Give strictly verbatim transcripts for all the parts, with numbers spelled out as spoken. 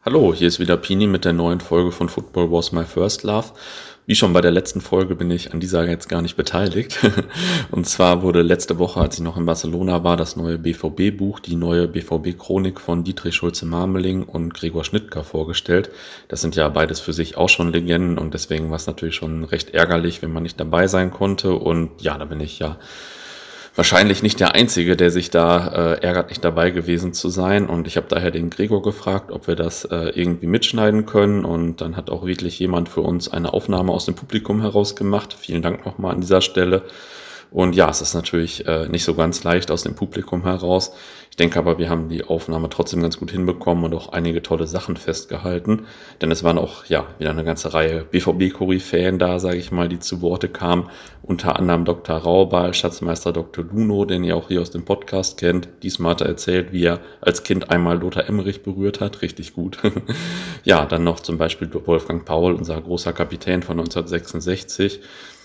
Hallo, hier ist wieder Pini mit der neuen Folge von Football Was My First Love. Wie schon bei der letzten Folge bin ich an dieser jetzt gar nicht beteiligt. Und zwar wurde letzte Woche, als ich noch in Barcelona war, das neue B V B-Buch, die neue B V B-Chronik von Dietrich Schulze-Marmeling und Gregor Schnittger vorgestellt. Das sind ja beides für sich auch schon Legenden und deswegen war es natürlich schon recht ärgerlich, wenn man nicht dabei sein konnte. Und ja, da bin ich ja wahrscheinlich nicht der Einzige, der sich da äh, ärgert, nicht dabei gewesen zu sein. Und ich habe daher den Gregor gefragt, ob wir das äh, irgendwie mitschneiden können. Und dann hat auch wirklich jemand für uns eine Aufnahme aus dem Publikum heraus gemacht. Vielen Dank nochmal an dieser Stelle. Und ja, es ist natürlich äh, nicht so ganz leicht aus dem Publikum heraus. Ich denke aber, wir haben die Aufnahme trotzdem ganz gut hinbekommen und auch einige tolle Sachen festgehalten. Denn es waren auch ja wieder eine ganze Reihe B V B-Koryphäen da, sage ich mal, die zu Worte kamen. Unter anderem Doktor Raubal, Schatzmeister Doktor Luno, den ihr auch hier aus dem Podcast kennt. Diesmal hat er erzählt, wie er als Kind einmal Lothar Emmerich berührt hat. Richtig gut. Ja, dann noch zum Beispiel Wolfgang Paul, unser großer Kapitän von neunzehnhundertsechsundsechzig.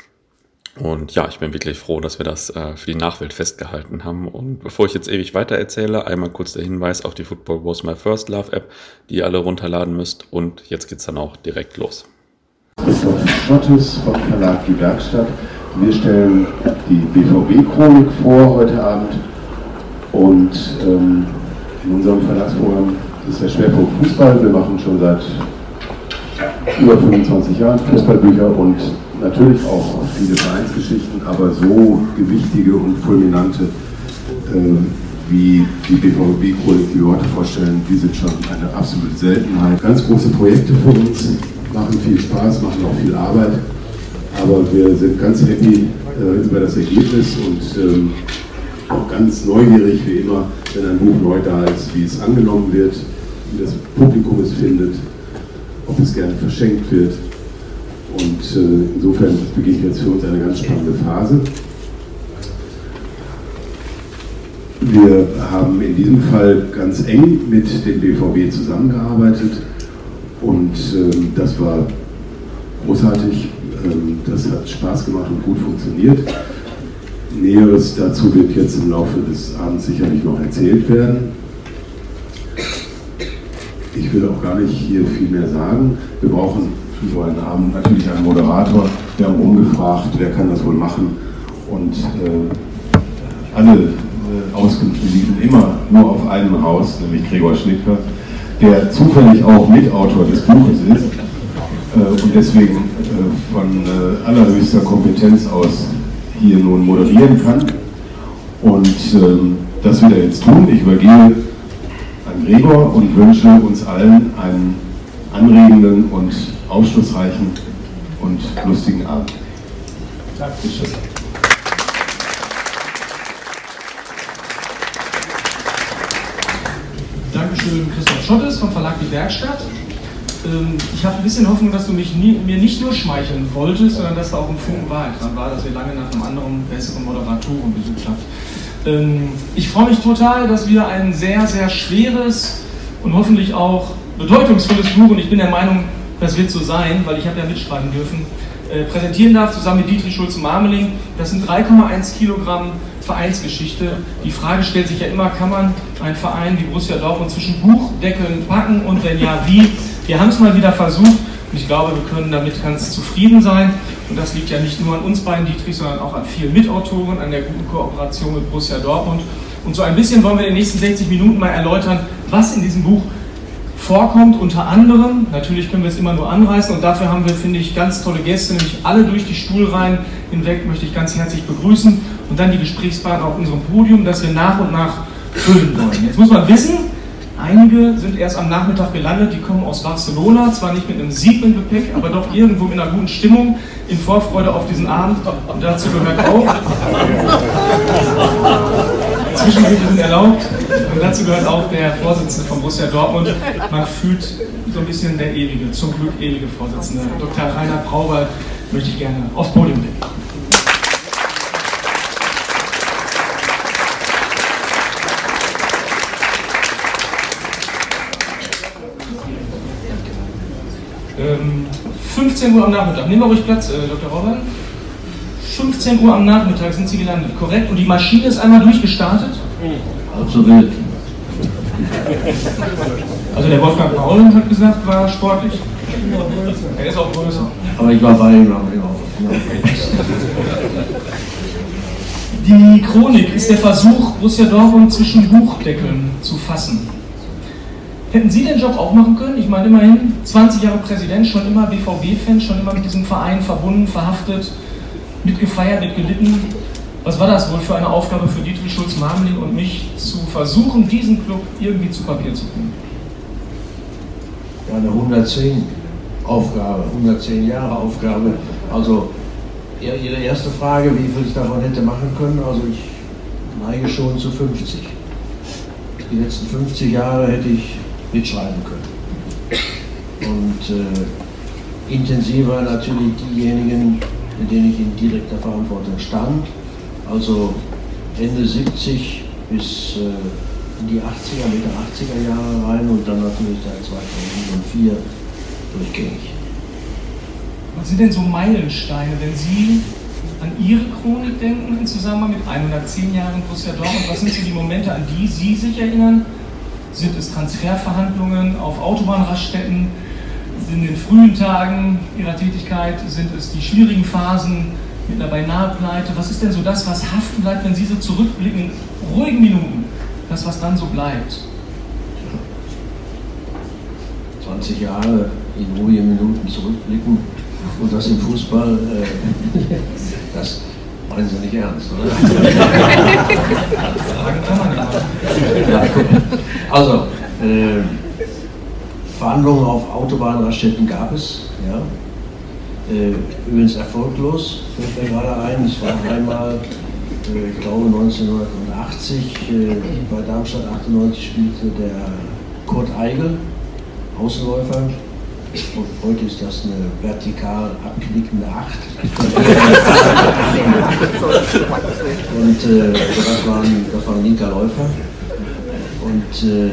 Und ja, ich bin wirklich froh, dass wir das äh, für die Nachwelt festgehalten haben. Und bevor ich jetzt ewig weiter erzähle, einmal kurz der Hinweis auf die Football Was My First Love App, die ihr alle runterladen müsst. Und jetzt geht's dann auch direkt los. Christoph Schottes vom Verlag Die Werkstatt. Wir stellen die B V B-Chronik vor heute Abend. Und ähm, in unserem Verlagsprogramm ist der Schwerpunkt Fußball. Wir machen schon seit über fünfundzwanzig Jahren Fußballbücher und natürlich auch viele Vereinsgeschichten, aber so gewichtige und fulminante äh, wie die B V B-Chronik, die wir heute vorstellen, die sind schon eine absolute Seltenheit. Ganz große Projekte für uns, machen viel Spaß, machen auch viel Arbeit, aber wir sind ganz happy äh, über das Ergebnis und ähm, auch ganz neugierig, wie immer, wenn ein Buch neu da ist, wie es angenommen wird, wie das Publikum es findet, ob es gerne verschenkt wird. Und äh, insofern beginnt jetzt für uns eine ganz spannende Phase. Wir haben in diesem Fall ganz eng mit dem B V B zusammengearbeitet und äh, das war großartig. Ähm, das hat Spaß gemacht und gut funktioniert. Näheres dazu wird jetzt im Laufe des Abends sicherlich noch erzählt werden. Ich will auch gar nicht hier viel mehr sagen. Wir brauchen für so einen Abend natürlich einen Moderator. Wir haben rumgefragt, wer kann das wohl machen. Und äh, alle äh, Auskünfte liefen immer nur auf einen raus, nämlich Gregor Schnittger, der zufällig auch Mitautor des Buches ist äh, und deswegen äh, von äh, allerhöchster Kompetenz aus hier nun moderieren kann. Und äh, das will er jetzt tun. Ich übergebe an Gregor und wünsche uns allen einen anregenden und aufschlussreichen und lustigen Abend. Dankeschön. Dankeschön, Christoph Schottes vom Verlag Die Werkstatt. Ich habe ein bisschen Hoffnung, dass du mich nie, mir nicht nur schmeicheln wolltest, sondern dass da auch ein Funken Wahrheit dran war, dass ihr lange nach einem anderen, besseren Moderatoren gesucht habt. Ich freue mich total, dass wir ein sehr, sehr schweres und hoffentlich auch bedeutungsvolles Buch, und ich bin der Meinung, das wird so sein, weil ich habe ja mitschreiben dürfen, äh, präsentieren darf, zusammen mit Dietrich Schulze-Marmeling. Das sind drei Komma eins Kilogramm Vereinsgeschichte. Die Frage stellt sich ja immer, kann man einen Verein wie Borussia Dortmund zwischen Buchdeckeln packen und wenn ja, wie? Wir haben es mal wieder versucht und ich glaube, wir können damit ganz zufrieden sein. Und das liegt ja nicht nur an uns beiden, Dietrich, sondern auch an vielen Mitautoren, an der guten Kooperation mit Borussia Dortmund. Und so ein bisschen wollen wir in den nächsten sechzig Minuten mal erläutern, was in diesem Buch vorkommt, unter anderem. Natürlich können wir es immer nur anreißen und dafür haben wir, finde ich, ganz tolle Gäste, nämlich alle durch die Stuhlreihen hinweg möchte ich ganz herzlich begrüßen und dann die Gesprächspartner auf unserem Podium, das wir nach und nach füllen wollen. Jetzt muss man wissen, einige sind erst am Nachmittag gelandet, die kommen aus Barcelona, zwar nicht mit einem Sieg im Gepäck, aber doch irgendwo mit einer guten Stimmung, in Vorfreude auf diesen Abend. Und dazu gehört auch, Zwischenrufe sind erlaubt, und dazu gehört auch der Vorsitzende von Borussia Dortmund. Man fühlt so ein bisschen der ewige, zum Glück ewige Vorsitzende, Doktor Rainer Brauwald, möchte ich gerne aufs Podium bitten. Ähm, fünfzehn Uhr am Nachmittag. Nehmen wir ruhig Platz, äh, Doktor Brauwald. fünfzehn Uhr am Nachmittag sind Sie gelandet, korrekt? Und die Maschine ist einmal durchgestartet? Halb so wild. Also der Wolfgang Paul hat gesagt, war sportlich. Er ist auch größer. Aber ich war bei ihm auch. Die Chronik ist der Versuch, Borussia Dortmund zwischen Buchdeckeln zu fassen. Hätten Sie den Job auch machen können? Ich meine, immerhin zwanzig Jahre Präsident, schon immer B V B-Fan, schon immer mit diesem Verein verbunden, verhaftet, mitgefeiert, mitgelitten. Was war das wohl für eine Aufgabe für Dietrich Schulz-Marmeling und mich, zu versuchen, diesen Club irgendwie zu Papier zu bringen? Ja, eine hundertzehn Aufgabe, hundertzehn Jahre Aufgabe. Also Ihre erste Frage, wie viel ich davon hätte machen können, also ich neige schon zu fünfzig. Die letzten fünfzig Jahre hätte ich mitschreiben können. Und äh, intensiver natürlich diejenigen, in denen ich in direkter Verantwortung stand. Also Ende siebzig bis äh, in die achtziger, Mitte achtziger Jahre rein und dann natürlich seit zweitausendvier durchgängig. Was sind denn so Meilensteine, wenn Sie an Ihre Chronik denken im Zusammenhang mit hundertzehn Jahren Borussia Dortmund? Was sind so die Momente, an die Sie sich erinnern? Sind es Transferverhandlungen auf Autobahnraststätten? In den frühen Tagen Ihrer Tätigkeit? Sind es die schwierigen Phasen mit einer Beinahe-Pleite? Was ist denn so das, was haften bleibt, wenn Sie so zurückblicken in ruhigen Minuten? Das, was dann so bleibt? zwanzig Jahre in ruhigen Minuten zurückblicken und das im Fußball, äh, das meinen Sie nicht ernst, oder? Fragen kann man ja mal. Ja, also, äh, Verhandlungen auf Autobahnraststätten gab es, ja. Äh, übrigens erfolglos, fällt mir gerade ein. Es war einmal, äh, ich glaube neunzehnhundertachtzig, äh, bei Darmstadt achtundneunzig spielte der Kurt Eigel, Außenläufer. Und heute ist das eine vertikal abknickende acht. Und äh, das, war ein, das war ein linker Läufer. Und, äh,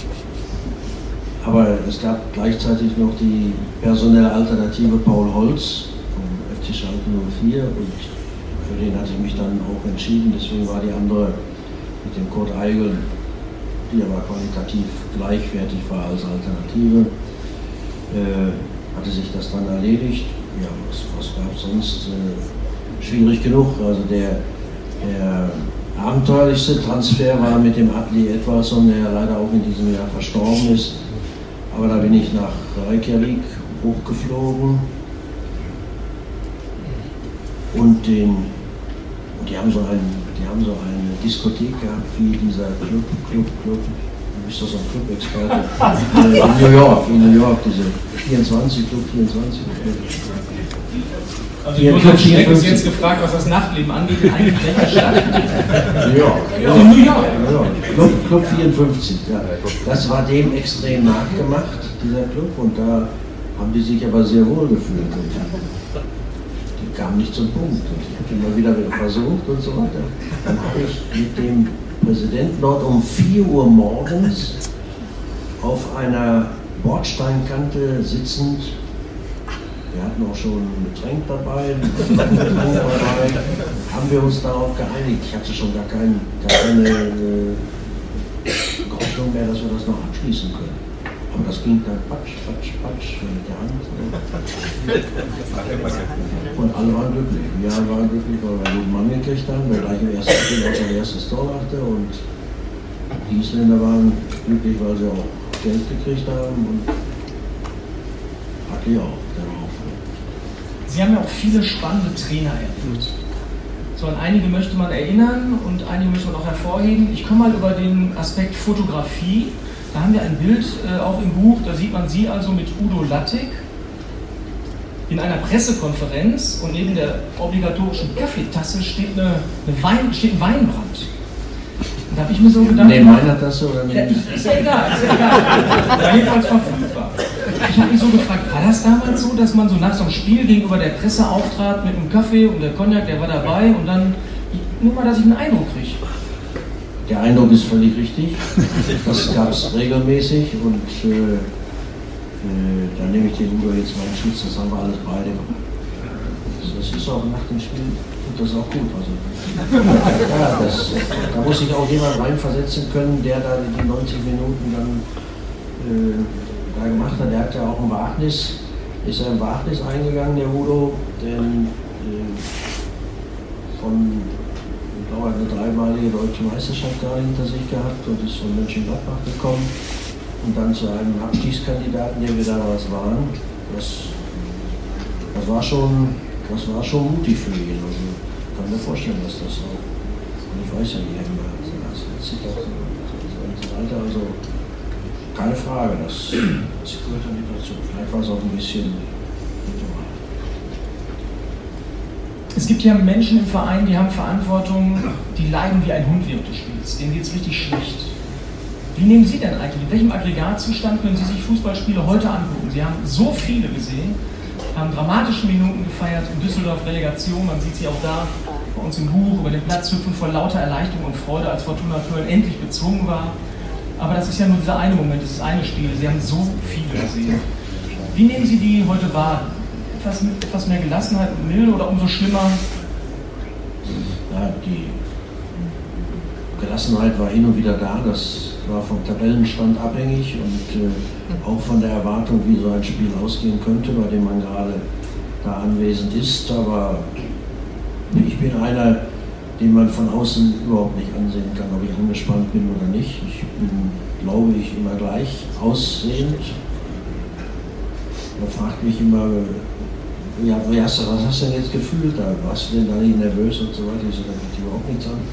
aber es gab gleichzeitig noch die personelle Alternative Paul Holz vom F C Schalke null vier. Und für den hatte ich mich dann auch entschieden. Deswegen war die andere mit dem Kurt Eigel, die aber qualitativ gleichwertig war als Alternative. Äh, hatte sich das dann erledigt. Ja, was, was gab es sonst? Äh, schwierig genug. Also der, der abenteuerlichste Transfer war mit dem Adli Edvardsson, der leider auch in diesem Jahr verstorben ist. Aber da bin ich nach Reykjavik hochgeflogen und, den, und die, haben so ein, die haben so eine Diskothek gehabt wie dieser Club, Club, Club. Du bist doch so ein Club-Experte. In New York, in New York, diese vierundzwanzig, Club vierundzwanzig. Also ich wurde Schreck ist jetzt gefragt, was das Nachtleben angeht, in eigentlich welcher Stadt? New York. Ja, in New York. Club, Club vierundfünfzig, ja. Das war dem extrem nachgemacht, dieser Club, und da haben die sich aber sehr wohl gefühlt. Die kamen nicht zum Punkt. Und ich habe immer wieder versucht und so weiter. Dann habe ich mit dem Präsidenten dort um vier Uhr morgens auf einer Bordsteinkante sitzend, wir hatten auch schon ein Getränk dabei, ein Getränk dabei, haben wir uns darauf geeinigt. Ich hatte schon gar, kein, gar keine äh, Hoffnung mehr, dass wir das noch abschließen können. Aber das ging dann patsch, patsch, patsch mit der Hand. Und alle waren glücklich. Wir waren glücklich, weil wir einen guten Mann gekriegt haben, der gleich im ersten Spiel auch sein erstes Tor machte. Und die Isländer waren glücklich, weil sie auch Geld gekriegt haben. Und Hacke auch. Sie haben ja auch viele spannende Trainer erlebt. So, an einige möchte man erinnern und einige möchte man auch hervorheben. Ich komme mal über den Aspekt Fotografie. Da haben wir ein Bild äh, auch im Buch, da sieht man Sie also mit Udo Lattek in einer Pressekonferenz und neben der obligatorischen Kaffeetasse steht, eine, eine Wein, steht ein Weinbrand. Und da habe ich mir so gedacht... Neben meiner Tasse oder neben... Ja, ist ja egal, ist ja egal. War jedenfalls verfügbar. Ich habe mich so gefragt, war das damals so, dass man so nach so einem Spiel gegenüber der Presse auftrat mit einem Kaffee und der Cognac, der war dabei und dann, nur mal, dass ich einen Eindruck kriege. Der Eindruck ist völlig richtig. Das gab es regelmäßig und äh, äh, da nehme ich den Udo jetzt mal in Schutz, das haben wir alles beide gemacht. Das ist auch nach dem Spiel, tut das auch gut. Also, ja, das, da muss sich auch jemand reinversetzen können, der da die neunzig Minuten dann äh, da gemacht hat. Der hat ja auch ein Wagnis, ist er ein Wagnis eingegangen, der Udo, denn äh, von, ich glaube, eine dreimalige deutsche Meisterschaft gerade hinter sich gehabt und ist von Mönchengladbach gekommen und dann zu einem Abstiegskandidaten, der wir damals waren. Das, das war schon, das war schon mutig für ihn. Also, ich kann mir vorstellen, dass das auch, und ich weiß ja nicht, immer, das ist auch so und so weiter, also keine Frage, das, das gehört dann nicht dazu. Vielleicht war es auch ein bisschen ritual. Es gibt ja Menschen im Verein, die haben Verantwortung, die leiden wie ein Hund, während du spielst. Denen geht es richtig schlecht. Wie nehmen Sie denn eigentlich, in welchem Aggregatzustand können Sie sich Fußballspiele heute angucken? Sie haben so viele gesehen, haben dramatische Minuten gefeiert in Düsseldorf, Relegation, man sieht sie auch da bei uns im Buch, über den Platz hüpfen vor lauter Erleichterung und Freude, als Fortuna Köln endlich bezwungen war. Aber das ist ja nur dieser eine Moment, das ist eine Spiel, Sie haben so viele gesehen. Wie nehmen Sie die heute wahr? Etwas, etwas mehr Gelassenheit und Milde oder umso schlimmer? Ja, die Gelassenheit war hin und wieder da, das war vom Tabellenstand abhängig und äh, auch von der Erwartung, wie so ein Spiel ausgehen könnte, bei dem man gerade da anwesend ist. Aber ich bin einer, den man von außen überhaupt nicht ansehen kann, ob ich angespannt bin oder nicht. Ich bin, glaube ich, immer gleich aussehend. Man fragt mich immer, ja, wie hast du, was hast du denn jetzt gefühlt? Da warst du denn da nicht nervös und so weiter? Ich so, da geht überhaupt nichts an.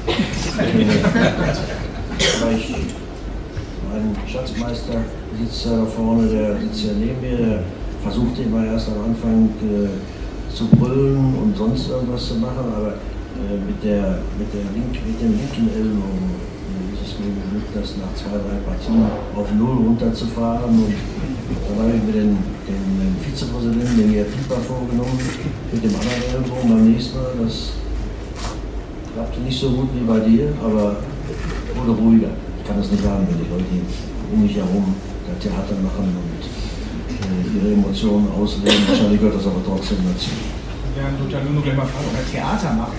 Aber ich, mein Schatzmeister sitzt da vorne, der sitzt ja neben mir, der versucht immer erst am Anfang äh, zu brüllen und sonst irgendwas zu machen, aber äh, mit, der, mit, der Link, mit dem linken Ellbogen äh, ist es mir gelungen, das nach zwei, drei Partien auf Null runterzufahren. Und dann habe ich mir den, den, den Vizepräsidenten, den Gerd Pieper, vorgenommen, mit dem anderen Ellbogen beim nächsten Mal. Das klappte nicht so gut wie bei dir, aber wurde ruhiger. Ich kann das nicht sagen, wenn die Leute um mich herum das Theater machen und äh, ihre Emotionen ausleben. Wahrscheinlich gehört das aber trotzdem dazu. Ja, Lothar Lüno gleich mal fragen, ob er Theater macht.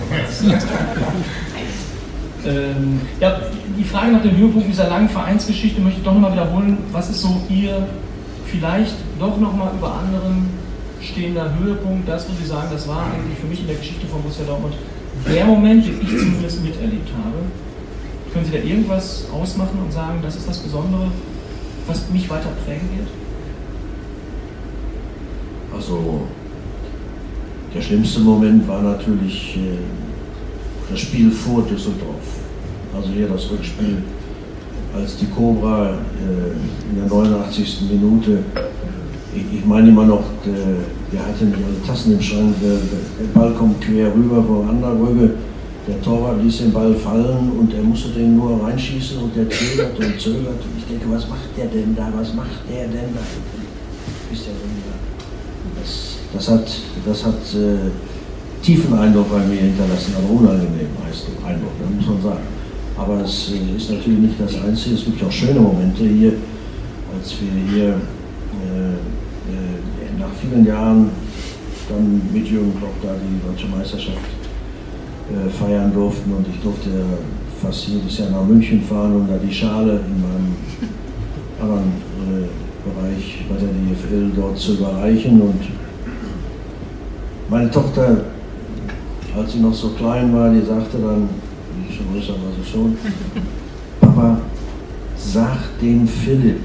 ähm, ja, die Frage nach dem Höhepunkt dieser langen Vereinsgeschichte möchte ich doch nochmal wiederholen. Was ist so Ihr vielleicht doch nochmal über anderen stehender Höhepunkt, das, wo Sie sagen, das war eigentlich für mich in der Geschichte von Borussia Dortmund der Moment, den ich zumindest miterlebt habe? Können Sie da irgendwas ausmachen und sagen, das ist das Besondere, was mich weiter prägen wird? Also, der schlimmste Moment war natürlich äh, das Spiel vor Düsseldorf. Also hier das Rückspiel, als die Cobra äh, in der neunundachtzigsten Minute, ich, ich meine immer noch, äh, wir hatten nicht alle Tassen im Schrank, der, der Ball kommt quer rüber von Anderbrügge, der Torwart ließ den Ball fallen und er musste den nur reinschießen und der zögert und zögert. Und ich denke, was macht der denn da, was macht der denn da? Ist der denn da? Das, das hat, das hat äh, tiefen Eindruck bei mir hinterlassen, aber unangenehmen Eindruck, das muss man sagen. Aber es äh, ist natürlich nicht das Einzige, es gibt ja auch schöne Momente hier, als wir hier äh, äh, nach vielen Jahren dann mit Jürgen Klopp da die Deutsche Meisterschaft äh, feiern durften und ich durfte fast jedes Jahr nach München fahren, um da die Schale in meinem anderen äh, Bereich bei der D F L dort zu überreichen. Und meine Tochter, als sie noch so klein war, die sagte dann, die schon größer war sie schon, Papa, sag dem Philipp,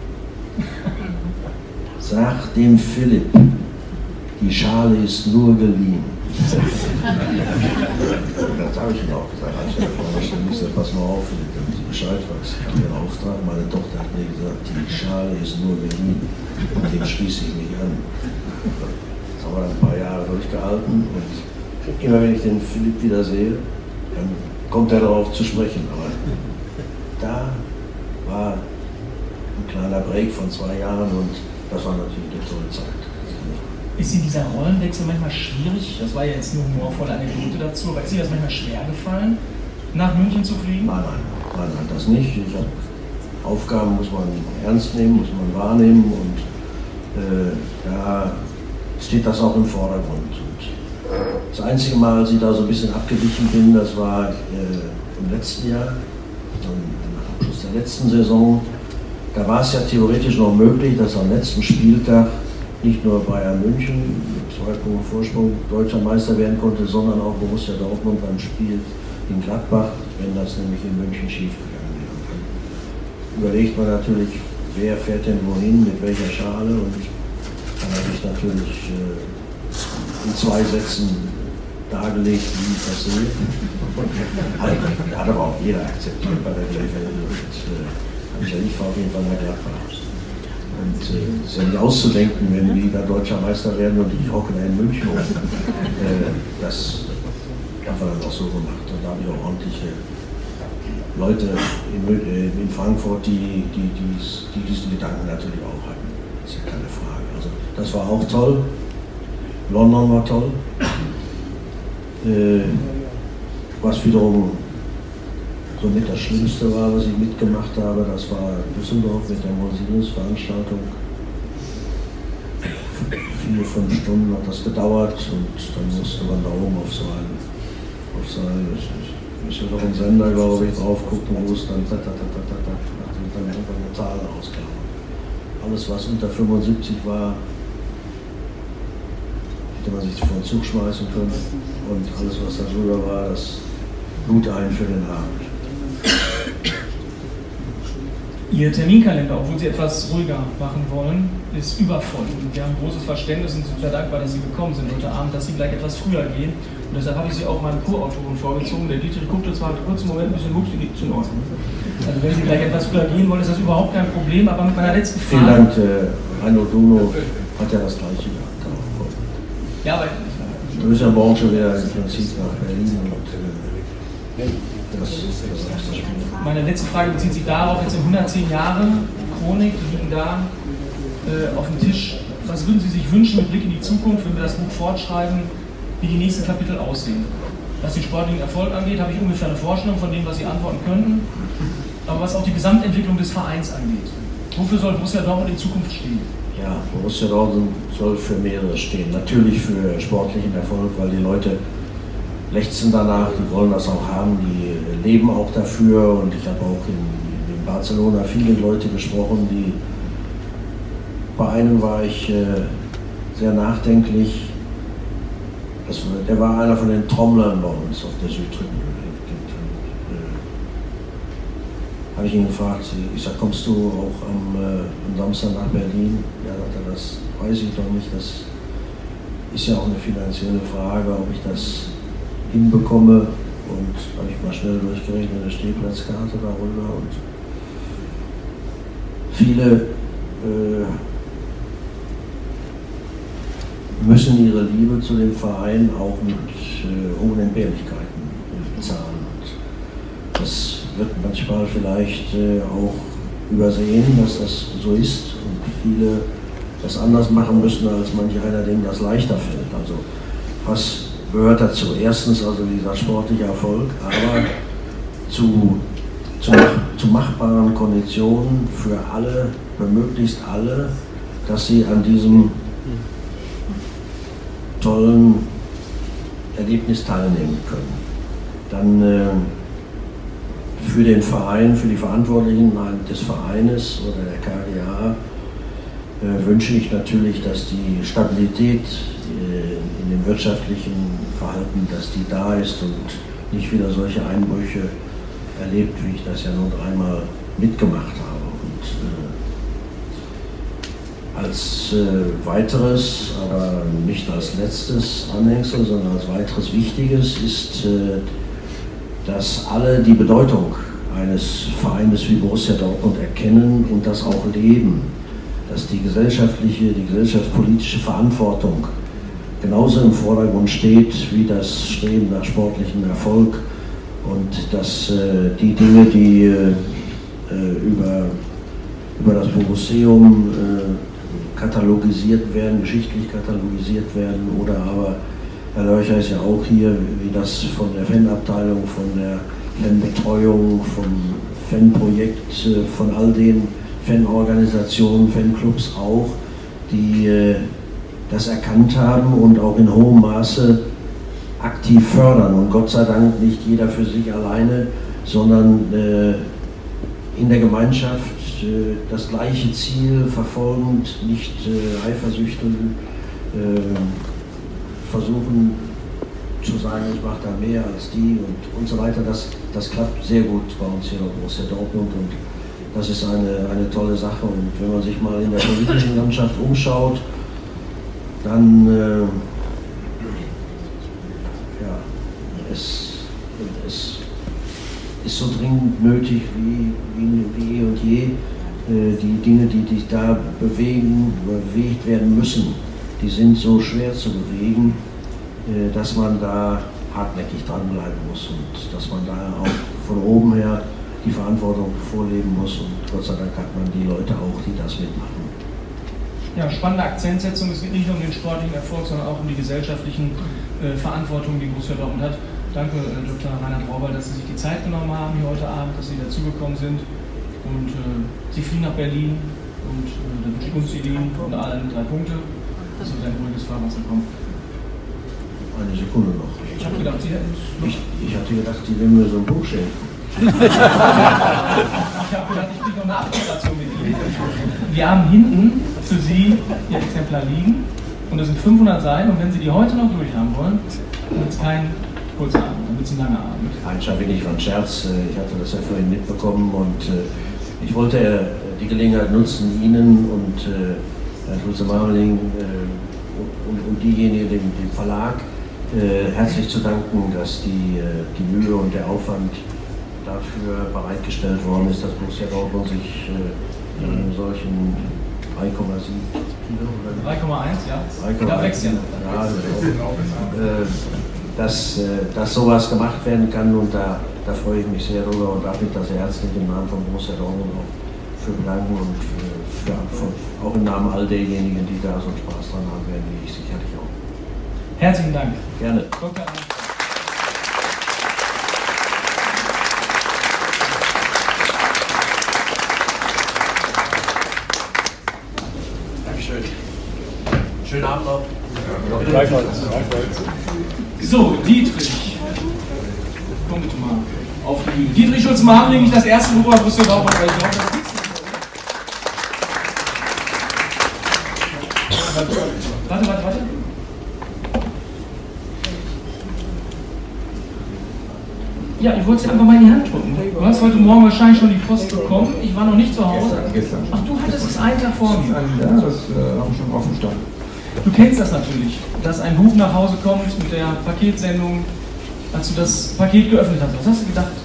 sag dem Philipp, die Schale ist nur geliehen. Das habe ich ihm auch gesagt, als ich mir vorgestellt habe, ich gesagt, pass mal auf, Philipp, damit du Bescheid weißt. Ich habe den Auftrag, meine Tochter hat mir gesagt, die Schale ist nur geliehen und dem schließe ich mich an. Das haben wir ein paar Jahre durchgehalten und immer wenn ich den Philipp wieder sehe, dann kommt er darauf zu sprechen. Aber da war ein kleiner Break von zwei Jahren und das war natürlich eine tolle Zeit. Ist Ihnen dieser Rollenwechsel manchmal schwierig? Das war ja jetzt eine humorvolle Anekdote dazu, aber ist Ihnen das manchmal schwer gefallen, nach München zu fliegen? Nein, nein, nein, nein, das nicht. Ich hab, Aufgaben muss man ernst nehmen, muss man wahrnehmen und äh, da steht das auch im Vordergrund. Und das einzige Mal, als ich da so ein bisschen abgewichen bin, das war äh, im letzten Jahr, am Abschluss der letzten Saison. Da war es ja theoretisch noch möglich, dass am letzten Spieltag nicht nur Bayern München mit zwei Punkten Vorsprung deutscher Meister werden konnte, sondern auch Borussia Dortmund beim Spiel in Gladbach, wenn das nämlich in München schiefgegangen wäre. Dann überlegt man natürlich, wer fährt denn wohin, mit welcher Schale, und dann habe ich natürlich äh, in zwei Sätzen dargelegt, wie ich das sehe. Hat aber auch jeder akzeptiert bei der G F L. Und, äh, ich fahre auf jeden Fall nach Gladbach. Und es äh, ist ja nicht auszudenken, wenn wir da deutscher Meister werden und ich hocke da in München. Äh, das haben wir dann auch so gemacht. Und da habe ich auch ordentliche Leute in, äh, in Frankfurt, die, die, die, die diesen Gedanken natürlich auch hatten. Das ist ja keine Frage. Also das war auch toll. London war toll. Äh, was wiederum somit das Schlimmste war, was ich mitgemacht habe, das war Düsseldorf mit der Museumsveranstaltung. Vier, fünf Stunden hat das gedauert und dann musste man da oben auf so einen, auf so einen, ist ja doch ein Sender, glaube ich, drauf gucken, wo es dann tatatatatata, dann irgendwann eine Zahl rauskam. Alles, was unter fünfundsiebzig war, hätte man sich vor den Zug schmeißen können, und alles, was darüber war, das lud ein für den Abend. Ihr Terminkalender, obwohl Sie etwas ruhiger machen wollen, ist übervoll. Und wir haben großes Verständnis und sind sehr dankbar, dass Sie gekommen sind heute Abend, dass Sie gleich etwas früher gehen. Und deshalb habe ich Sie auch meinem Co-Autoren vorgezogen. Der Dietrich guckte zwar einen kurzen Moment ein bisschen mucks, die liegt in Ordnung. Also wenn Sie gleich etwas früher gehen wollen, ist das überhaupt kein Problem. Aber mit meiner letzten Frage... Vielen Dank, äh, Heino Duno hat ja das Gleiche gehabt. Ja, aber... Wir müssen ja morgen schon wieder im Prinzip nach Berlin und äh, das, das ist das Spiel. Meine letzte Frage bezieht sich darauf, jetzt in hundertzehn Jahre Chronik, die liegen da äh, auf dem Tisch. Was würden Sie sich wünschen mit Blick in die Zukunft, wenn wir das Buch fortschreiben, wie die nächsten Kapitel aussehen? Was den sportlichen Erfolg angeht, habe ich ungefähr eine Vorstellung von dem, was Sie antworten könnten. Aber was auch die Gesamtentwicklung des Vereins angeht, wofür soll Borussia Dortmund in Zukunft stehen? Ja, Borussia Dortmund soll für mehrere stehen. Natürlich für sportlichen Erfolg, weil die Leute lechzen danach, die wollen das auch haben, die leben auch dafür. Und ich habe auch in, in Barcelona viele Leute gesprochen, die, bei einem war ich äh, sehr nachdenklich. Das, der war einer von den Trommlern bei uns auf der Südtribüne. Habe ich ihn gefragt, ich sag, kommst du auch am, äh, am Samstag nach Berlin? Ja, sagt er, das weiß ich doch nicht, das ist ja auch eine finanzielle Frage, ob ich das hinbekomme. Und habe ich mal schnell durchgerechnet, eine Stehplatzkarte darüber. Und viele äh, müssen ihre Liebe zu dem Verein auch mit äh, Unentbehrlichkeiten bezahlen. Und das wird manchmal vielleicht äh, auch übersehen, dass das so ist und viele das anders machen müssen, als manch einer, dem das leichter fällt. Also was gehört dazu? Erstens also dieser sportliche Erfolg, aber zu, zu, zu machbaren Konditionen für alle, für möglichst alle, dass sie an diesem tollen Erlebnis teilnehmen können. Dann äh, für den Verein, für die Verantwortlichen des Vereines oder der K G A äh, wünsche ich natürlich, dass die Stabilität äh, in dem wirtschaftlichen Verhalten, dass die da ist und nicht wieder solche Einbrüche erlebt, wie ich das ja nur dreimal mitgemacht habe. Und äh, als äh, weiteres, aber nicht als letztes Anhängsel, sondern als weiteres Wichtiges ist, äh, dass alle die Bedeutung eines Vereines wie Borussia Dortmund erkennen und das auch leben, dass die gesellschaftliche, die gesellschaftspolitische Verantwortung genauso im Vordergrund steht wie das Streben nach sportlichem Erfolg und dass äh, die Dinge, die äh, über, über das Borusseum äh, katalogisiert werden, geschichtlich katalogisiert werden oder aber Herr Lörcher ist ja auch hier, wie das von der Fanabteilung, von der Fanbetreuung, vom Fanprojekt, von all den Fanorganisationen, Fanclubs auch, die äh, das erkannt haben und auch in hohem Maße aktiv fördern. Und Gott sei Dank nicht jeder für sich alleine, sondern äh, in der Gemeinschaft äh, das gleiche Ziel verfolgend, nicht äh, eifersüchteln, äh, versuchen zu sagen, ich mache da mehr als die und, und so weiter. Das, das klappt sehr gut bei uns hier bei Borussia Dortmund und das ist eine, eine tolle Sache. Und wenn man sich mal in der politischen Landschaft umschaut, dann äh, ja, es, es ist so dringend nötig wie, wie, wie eh und je. Äh, die Dinge, die dich da bewegen, bewegt werden müssen, die sind so schwer zu bewegen, äh, dass man da hartnäckig dranbleiben muss und dass man da auch von oben her die Verantwortung vorleben muss und Gott sei Dank hat man die Leute auch, die das mitmachen. Ja, spannende Akzentsetzung. Es geht nicht nur um den sportlichen Erfolg, sondern auch um die gesellschaftlichen äh, Verantwortungen, die Borussia Dortmund hat. Danke, äh, Doktor Reinhard Raubal, dass Sie sich die Zeit genommen haben hier heute Abend, dass Sie dazugekommen sind. Und äh, Sie fliegen nach Berlin und äh, da wünsche ich uns Ihnen und allen drei Punkte, dass wir in ein ruhiges Fahrwasser kommen. Eine Sekunde noch. Ich habe gedacht, Sie hätten es. Ich, ich hatte gedacht, Sie würden mir so ein Buch schenken. Ich habe gedacht, ich kriege noch eine Abmoderation mit Ihnen. Wir haben hinten für Sie Ihr Exemplar liegen und das sind fünfhundert Seiten und wenn Sie die heute noch durchhaben wollen, dann wird es kein kurzer Abend, dann wird es ein langer Abend. Ein Schaffig von Scherz, ich hatte das ja vorhin mitbekommen und ich wollte die Gelegenheit nutzen, Ihnen und Herrn Schulze-Marmeling und, und diejenigen, dem, dem Verlag, herzlich zu danken, dass die, die Mühe und der Aufwand dafür bereitgestellt worden ist, dass Borussia Dortmund sich äh, in solchen drei Komma sieben Kilo drei Komma eins, ja. Da wächst ja. Ja, äh, dass, äh, dass sowas gemacht werden kann und da, da freue ich mich sehr drüber und darf mich da sehr herzlich im Namen von Borussia Dortmund auch für bedanken und für, für, auch im Namen all derjenigen, die da so einen Spaß dran haben werden, wie ich sicherlich auch. Herzlichen Dank. Gerne. Doktor Schönen Abend noch. Gleichfalls. So, Dietrich. Komm bitte mal auf die Bühne. Dietrich Schulze-Marmeling, nicht das erste Buch bei Borussia Dortmund, weil ich glaube, das ist Warte, warte, warte. Ja, ich wollte sie einfach mal in die Hand drücken. Du hast heute Morgen wahrscheinlich schon die Post bekommen. Ich war noch nicht zu Hause. Gestern, gestern. Ach, du hattest es einen Tag vor mir. Ja, das äh, habe ich schon offen stand. Du kennst das natürlich, dass ein Buch nach Hause kommt mit der Paketsendung, als du das Paket geöffnet hast. Was hast du gedacht?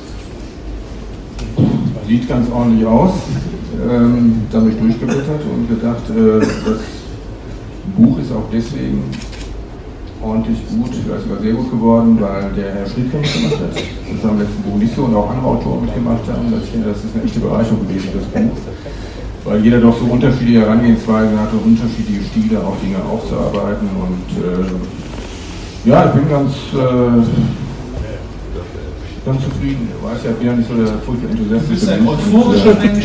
Sieht ganz ordentlich aus. Ähm, da habe ich durchgeblättert und gedacht, äh, das Buch ist auch deswegen ordentlich gut, vielleicht sogar sehr gut geworden, weil der Herr Schriedke mitgemacht hat. Das haben letzten Buch nicht so und auch andere Autoren mitgemacht haben. Ich finde, das ist eine echte Bereicherung gewesen, das Buch. Weil jeder doch so unterschiedliche Herangehensweisen hatte, unterschiedliche Stile, auch Dinge aufzuarbeiten. Und äh, ja, ich bin ganz, äh, ganz zufrieden. Ich weiß ja, ich bin ja nicht so der furchtbar enthusiastische Du bist ein euphorischer Mensch.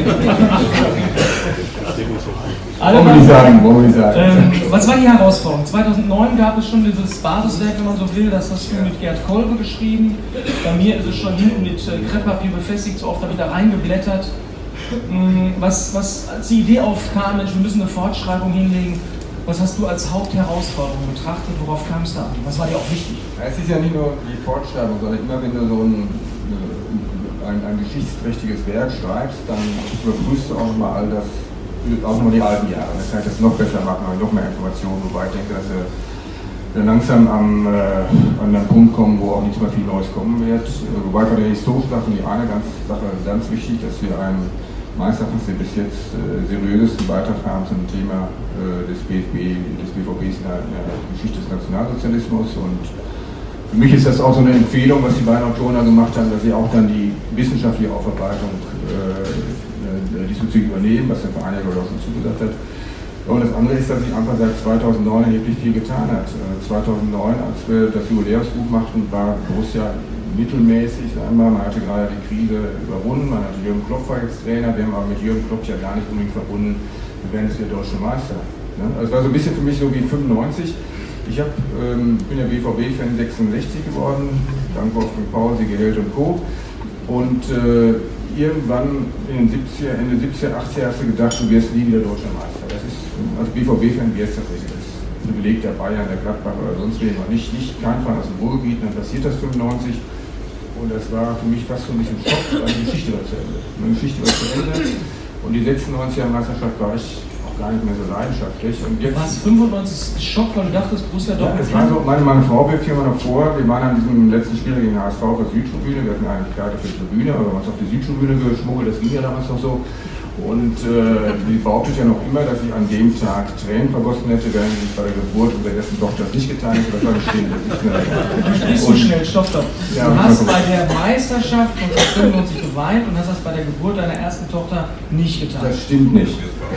Wollen wir nicht sagen, wollen wir nicht sagen. Ähm, was war die Herausforderung? zweitausendneun gab es schon dieses Basiswerk, wenn man so will, das hast du mit Gerd Kolbe geschrieben. Bei mir ist es schon hinten mit äh, Krepppapier befestigt, so oft habe ich da reingeblättert. Ähm, was, was als die Idee aufkam, Mensch, wir müssen eine Fortschreibung hinlegen, was hast du als Hauptherausforderung betrachtet, worauf kam es da an? Was war dir auch wichtig? Ja, es ist ja nicht nur die Fortschreibung, sondern immer wenn du so ein, ein, ein geschichtsträchtiges Werk schreibst, dann überprüfst du auch nochmal all das, auch nochmal die alten Jahre. Dann kann ich das noch besser machen, noch mehr Informationen, wobei ich denke, dass wir langsam am, äh, an einen Punkt kommen, wo auch nicht mehr viel Neues kommen wird. Wobei bei der historischen Sache die eine ganz, Sache ganz wichtig, dass wir einen meines Erachtens den bis jetzt äh, seriösesten Beitrag haben zum Thema äh, des B F B, des B V Bs in der, in der Geschichte des Nationalsozialismus. Und für mich ist das auch so eine Empfehlung, was die beiden Autoren da gemacht haben, dass sie auch dann die wissenschaftliche Aufarbeitung äh, äh, diesbezüglich übernehmen, was der Verein ja glaube ich auch schon zugesagt hat. Und das andere ist, dass sich einfach seit zweitausendneun erheblich viel getan hat. Äh, zweitausendneun, als wir das Jubiläumsbuch machten, war Borussia mittelmäßig, sagen wir, man hatte gerade die Krise überwunden, man hatte Jürgen Klopp war jetzt Trainer, wir haben aber mit Jürgen Klopp ja gar nicht unbedingt verbunden, wir werden jetzt wieder Deutsche Meister. Ne? Also es war so ein bisschen für mich so wie fünfundneunzig. Ich hab, ähm, bin ja B V B-Fan sechsundsechzig geworden, dank Wolfgang Paul, Sigi Held und Co. Und äh, irgendwann in den siebziger, Ende siebziger, achtziger hast du gedacht, du wirst nie wieder Deutscher Meister. Das ist, als B V B-Fan wirst du das nicht. Das Privileg der Bayern, der Gladbach oder sonst wen, war nicht, nicht kein Fall aus dem Ruhrgebiet, dann passiert das fünfundneunzig und das war für mich fast so ein bisschen Schock, weil die Geschichte war zu Ende. Meine Geschichte war zu Ende und die sechsundneunziger Meisterschaft war ich auch gar nicht mehr so leidenschaftlich. Und jetzt, war es fünfundneunzig Schock, weil du dachtest, Borussia Dortmund? Ja, es war so, meine, meine Frau wirft hier mal noch vor, wir waren an diesem letzten Spiel gegen H S V auf der Südtribüne, wir hatten eigentlich Karte für die Tribüne, aber wir haben uns auf die Südtribüne geschmuggelt, das ging ja damals noch so. Und äh, die behauptet ja noch immer, dass ich an dem Tag Tränen vergossen hätte, während ich bei der Geburt unserer ersten Tochter das nicht getan hätte. Das war bestimmt. Du sprichst so schnell, stopp, stopp. Ja, du hast bei der Meisterschaft neunzehnhundertfünfundneunzig geweint und hast das bei der Geburt deiner ersten Tochter nicht getan. Das stimmt nicht.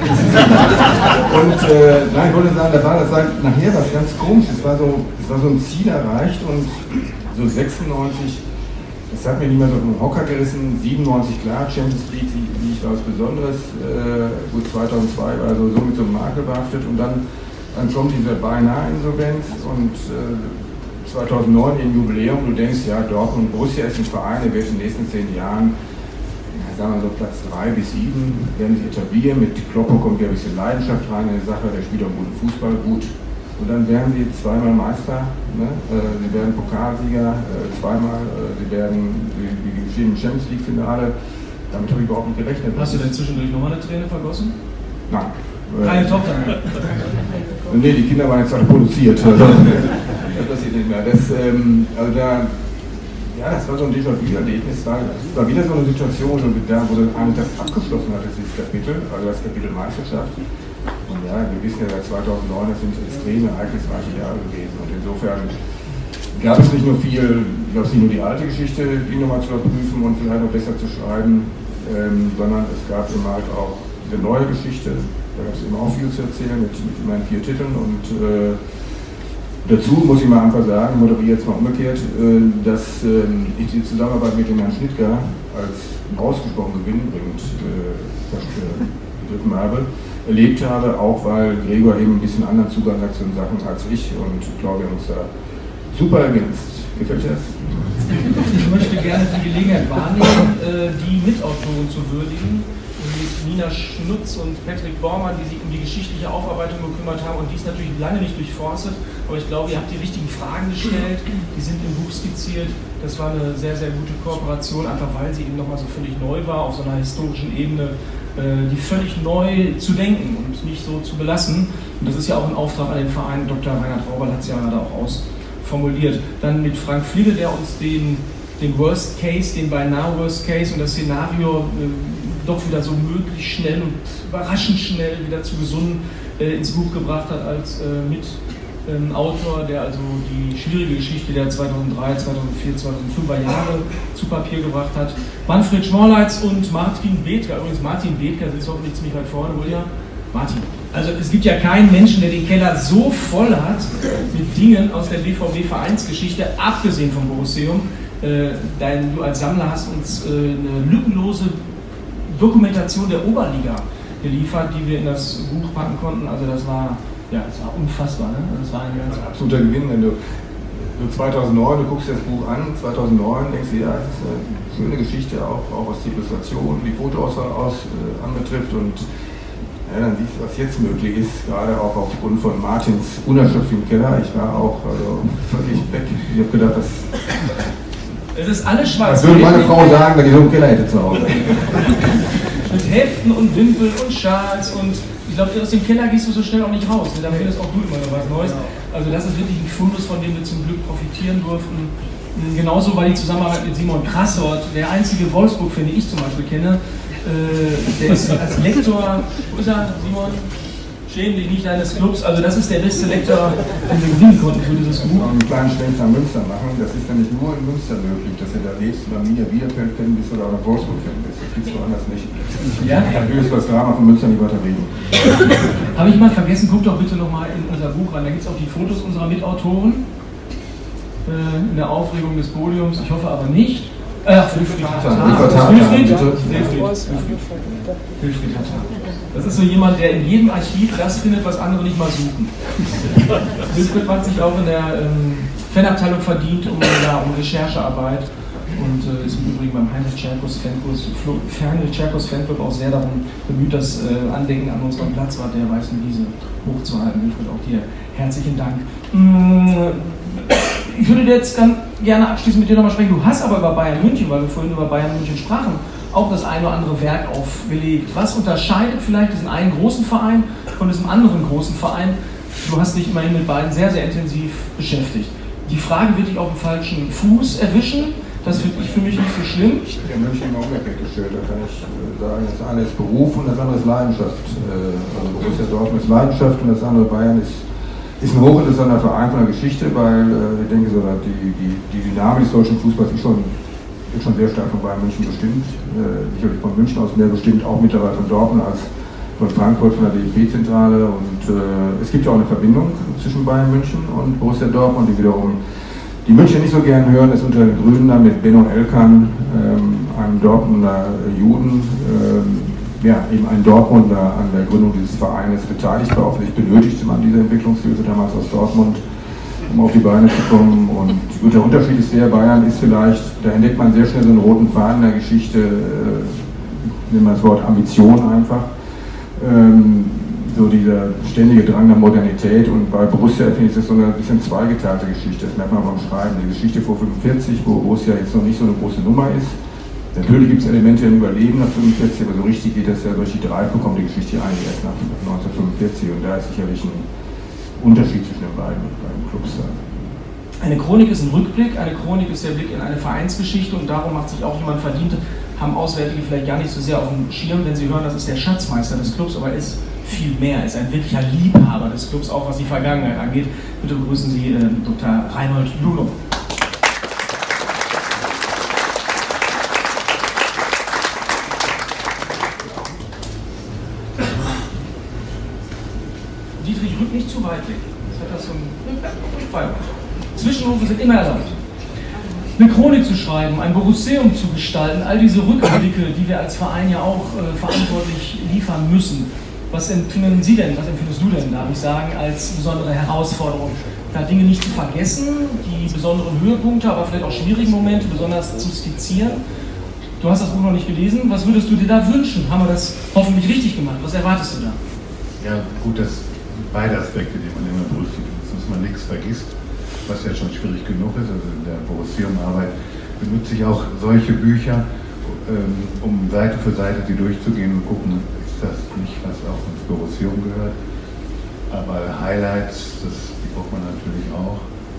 Und äh, nein, ich wollte sagen, da war das war nachher was ganz Komisches. Es war so, es war so ein Ziel erreicht und so sechsundneunzig. Das hat mir nicht mehr so vom Hocker gerissen, siebenundneunzig klar, Champions League liegt was Besonderes, äh, gut zweitausendzwei war also so mit so einem Makel behaftet und dann, dann kommt diese beinahe Insolvenz und äh, zweitausendneun im Jubiläum, du denkst, ja Dortmund, Borussia ist ein Verein, der wird in den nächsten zehn Jahren, ja, sagen wir so Platz drei bis sieben, werden sich etablieren, mit Kloppo kommt ja ein bisschen Leidenschaft rein in die Sache, der spielt auch guten Fußball, gut. Und dann werden sie zweimal Meister, ne? äh, sie werden Pokalsieger, äh, zweimal, äh, sie werden, die stehen im Champions League Finale, damit habe ich überhaupt nicht gerechnet. Hast du denn zwischendurch nochmal eine Träne vergossen? Nein. Keine äh, Tochter mehr? Nee, die Kinder waren jetzt alle produziert, also, das passiert nicht mehr. Das, ähm, also da, ja, das war so ein Déjà-vu-Erlebnis, war, war wieder so eine Situation, da, wo du eigentlich das abgeschlossen hattest, dieses Kapitel, also das Kapitel Meisterschaft. Und ja, wir wissen ja seit zweitausendneun, das sind extreme ereignisreiche Jahre gewesen. Und insofern gab es nicht nur viel, gab es nicht nur die alte Geschichte, die nochmal zu überprüfen und vielleicht noch besser zu schreiben, ähm, sondern es gab eben halt auch eine neue Geschichte. Da gab es eben auch viel zu erzählen mit, mit meinen vier Titeln. Und äh, dazu muss ich mal einfach sagen, moderiere jetzt mal umgekehrt, äh, dass äh, ich die Zusammenarbeit mit dem Herrn Schnittger als ausgesprochen gewinnbringend äh, begriffen habe. Erlebt habe, auch weil Gregor eben ein bisschen anderen Zugang hat zu den Sachen als ich und ich glaube, wir haben uns da super ergänzt. Gefällt dir das? Ich möchte gerne die Gelegenheit wahrnehmen, die Mitautoren zu würdigen, Nina Schnutz und Patrick Bormann, die sich um die geschichtliche Aufarbeitung gekümmert haben und die ist natürlich lange nicht durchforstet, aber ich glaube, ihr habt die richtigen Fragen gestellt, die sind im Buch skizziert. Das war eine sehr, sehr gute Kooperation, einfach weil sie eben nochmal so völlig neu war, auf so einer historischen Ebene, die völlig neu zu denken und nicht so zu belassen. Und das ist ja auch ein Auftrag an den Verein. Doktor Reinhard Raubal hat es ja gerade auch ausformuliert. Dann mit Frank Fliegel, der uns den, den Worst Case, den beinahe Worst Case und das Szenario äh, doch wieder so möglichst schnell und überraschend schnell wieder zu gesunden äh, ins Buch gebracht hat als äh, mit ein Autor, der also die schwierige Geschichte der zweitausenddrei, zweitausendvier, zweitausendfünfer Jahre zu Papier gebracht hat. Manfred Schmorleitz und Martin Bethger. Übrigens, Martin Bethger sitzt hoffentlich ziemlich weit vorne, William. Martin. Also es gibt ja keinen Menschen, der den Keller so voll hat mit Dingen aus der B V B-Vereinsgeschichte, abgesehen vom Borusseum. Äh, dein, du als Sammler hast uns äh, eine lückenlose Dokumentation der Oberliga geliefert, die wir in das Buch packen konnten. Also das war... Ja, das war unfassbar, ne? Das war ein ganz absoluter Gewinn, wenn du, du zweitausendneun, du guckst dir das Buch an, zweitausendneun, denkst du, ja, das ist eine schöne Geschichte, auch, auch was die Illustration, die Fotoauswahl aus, äh, anbetrifft und ja, dann siehst du, was jetzt möglich ist, gerade auch aufgrund von Martins unerschöpflichem Keller. Ich war auch also, völlig weg. Ich habe gedacht, das... Es ist alles schwarz. Das würde meine Frau sagen, wenn ich so einen Keller hätte zu Hause. Mit Heften und Wimpeln und Schals und ich glaube, aus dem Keller gehst du so schnell auch nicht raus. Da findest auch du immer noch was Neues. Also das ist wirklich ein Fundus, von dem wir zum Glück profitieren durften. Genauso war die Zusammenarbeit mit Simon Krassort, der einzige Wolfsburg-Fan, den ich zum Beispiel kenne. Äh, der ist als Lektor, wo ist er, Simon? Schäm dich nicht deines Clubs. Also das ist der beste Lektor, den wir gewinnen konnten für dieses Buch. Einen kleinen Schwenk nach Münster machen. Das ist nämlich nur in Münster möglich, dass du da lebst und Arminia Bielefeld-Fan bist oder auch Wolfsburg-Fan bist. Das gibt es woanders nicht. Ja? Dann willst du das Drama von Münster nicht weiter reden. Habe ich mal vergessen, guck doch bitte nochmal in unser Buch rein. Da gibt es auch die Fotos unserer Mitautoren äh, in der Aufregung des Podiums. Ich hoffe aber nicht. Äh, Wilfried Hatta. Wilfried Hatta. Das ist so jemand, der in jedem Archiv das findet, was andere nicht mal suchen. Wilfried hat sich auch in der ähm, Fanabteilung verdient um, ja, um Recherchearbeit. und äh, ist im Übrigen beim Heinrich Tscherkos Fanclub, Heinrich Tscherkos Fanclub auch sehr darum bemüht, das äh, Andenken an unseren Platzwart der Weißen Wiese hochzuhalten. Wilfried, auch dir herzlichen Dank. Ich würde jetzt ganz gerne abschließend mit dir nochmal sprechen. Du hast aber über Bayern München, weil wir vorhin über Bayern München sprachen, auch das eine oder andere Werk aufgelegt. Was unterscheidet vielleicht diesen einen großen Verein von diesem anderen großen Verein? Du hast dich immerhin mit beiden sehr, sehr intensiv beschäftigt. Die Frage wird dich auf den falschen Fuß erwischen. Das finde ich für mich nicht so schlimm. Der München im Augenblick gestellt, da kann ich sagen, das eine ist Beruf und das andere ist Leidenschaft. Also Borussia Dortmund ist Leidenschaft und das andere Bayern ist, ist ein hochinteressanter Verein von der Geschichte, weil äh, ich denke, so, die, die, die Dynamik des deutschen Fußballs ist schon, ist schon sehr stark von Bayern München bestimmt. Äh, sicherlich von München aus mehr bestimmt, auch mittlerweile von Dortmund als von Frankfurt, von der D F B-Zentrale. Und äh, es gibt ja auch eine Verbindung zwischen Bayern München und Borussia Dortmund, die wiederum die München nicht so gern hören, ist unter den Grünen dann mit Benno Elkan, ähm, einem Dortmunder Juden, ähm, ja, eben ein Dortmunder an der Gründung dieses Vereines beteiligt war. Offensichtlich benötigte man diese Entwicklungshilfe damals aus Dortmund, um auf die Beine zu kommen. Und gut, der Unterschied ist der, Bayern ist vielleicht, da entdeckt man sehr schnell so einen roten Faden in der Geschichte, äh, nehmen wir das Wort Ambition einfach. Ähm, so dieser ständige Drang nach Modernität, und bei Borussia finde ich das so eine bisschen zweigeteilte Geschichte, das merkt man beim Schreiben. Die Geschichte vor fünfundvierzig, wo Borussia jetzt noch nicht so eine große Nummer ist. Natürlich gibt es Elemente im Überleben nach fünfundvierzig, aber so richtig geht das ja durch die Dreife, kommt die Geschichte eigentlich erst nach neunzehnhundertfünfundvierzig, und da ist sicherlich ein Unterschied zwischen den beiden, beiden Clubs da. Eine Chronik ist ein Rückblick, eine Chronik ist der Blick in eine Vereinsgeschichte, und darum macht sich auch jemand verdient, haben Auswärtige vielleicht gar nicht so sehr auf dem Schirm, wenn sie hören, das ist der Schatzmeister des Clubs, aber er ist viel mehr, er ist ein wirklicher Liebhaber des Clubs, auch was die Vergangenheit angeht. Bitte begrüßen Sie äh, Doktor Reinhold Lulo. Dietrich, rück nicht zu weit weg. Das hat das so ein Zwischenrufe sind immer erlaubt. Eine Chronik zu schreiben, ein Borusseum zu gestalten, all diese Rückblicke, die wir als Verein ja auch äh, verantwortlich liefern müssen. Was empfinden Sie denn, was empfindest du denn, darf ich sagen, als besondere Herausforderung? Da Dinge nicht zu vergessen, die besonderen Höhepunkte, aber vielleicht auch schwierigen Momente besonders zu skizzieren. Du hast das Buch noch nicht gelesen, was würdest du dir da wünschen? Haben wir das hoffentlich richtig gemacht? Was erwartest du da? Ja, gut, das sind beide Aspekte, die man immer berücksichtigt, dass man nichts vergisst, was ja schon schwierig genug ist. Also in der Borusseum-Arbeit benutze ich auch solche Bücher, um Seite für Seite die durchzugehen und gucken, ist das nicht, was auch ins Borusseum gehört. Aber Highlights, das, die braucht man natürlich auch.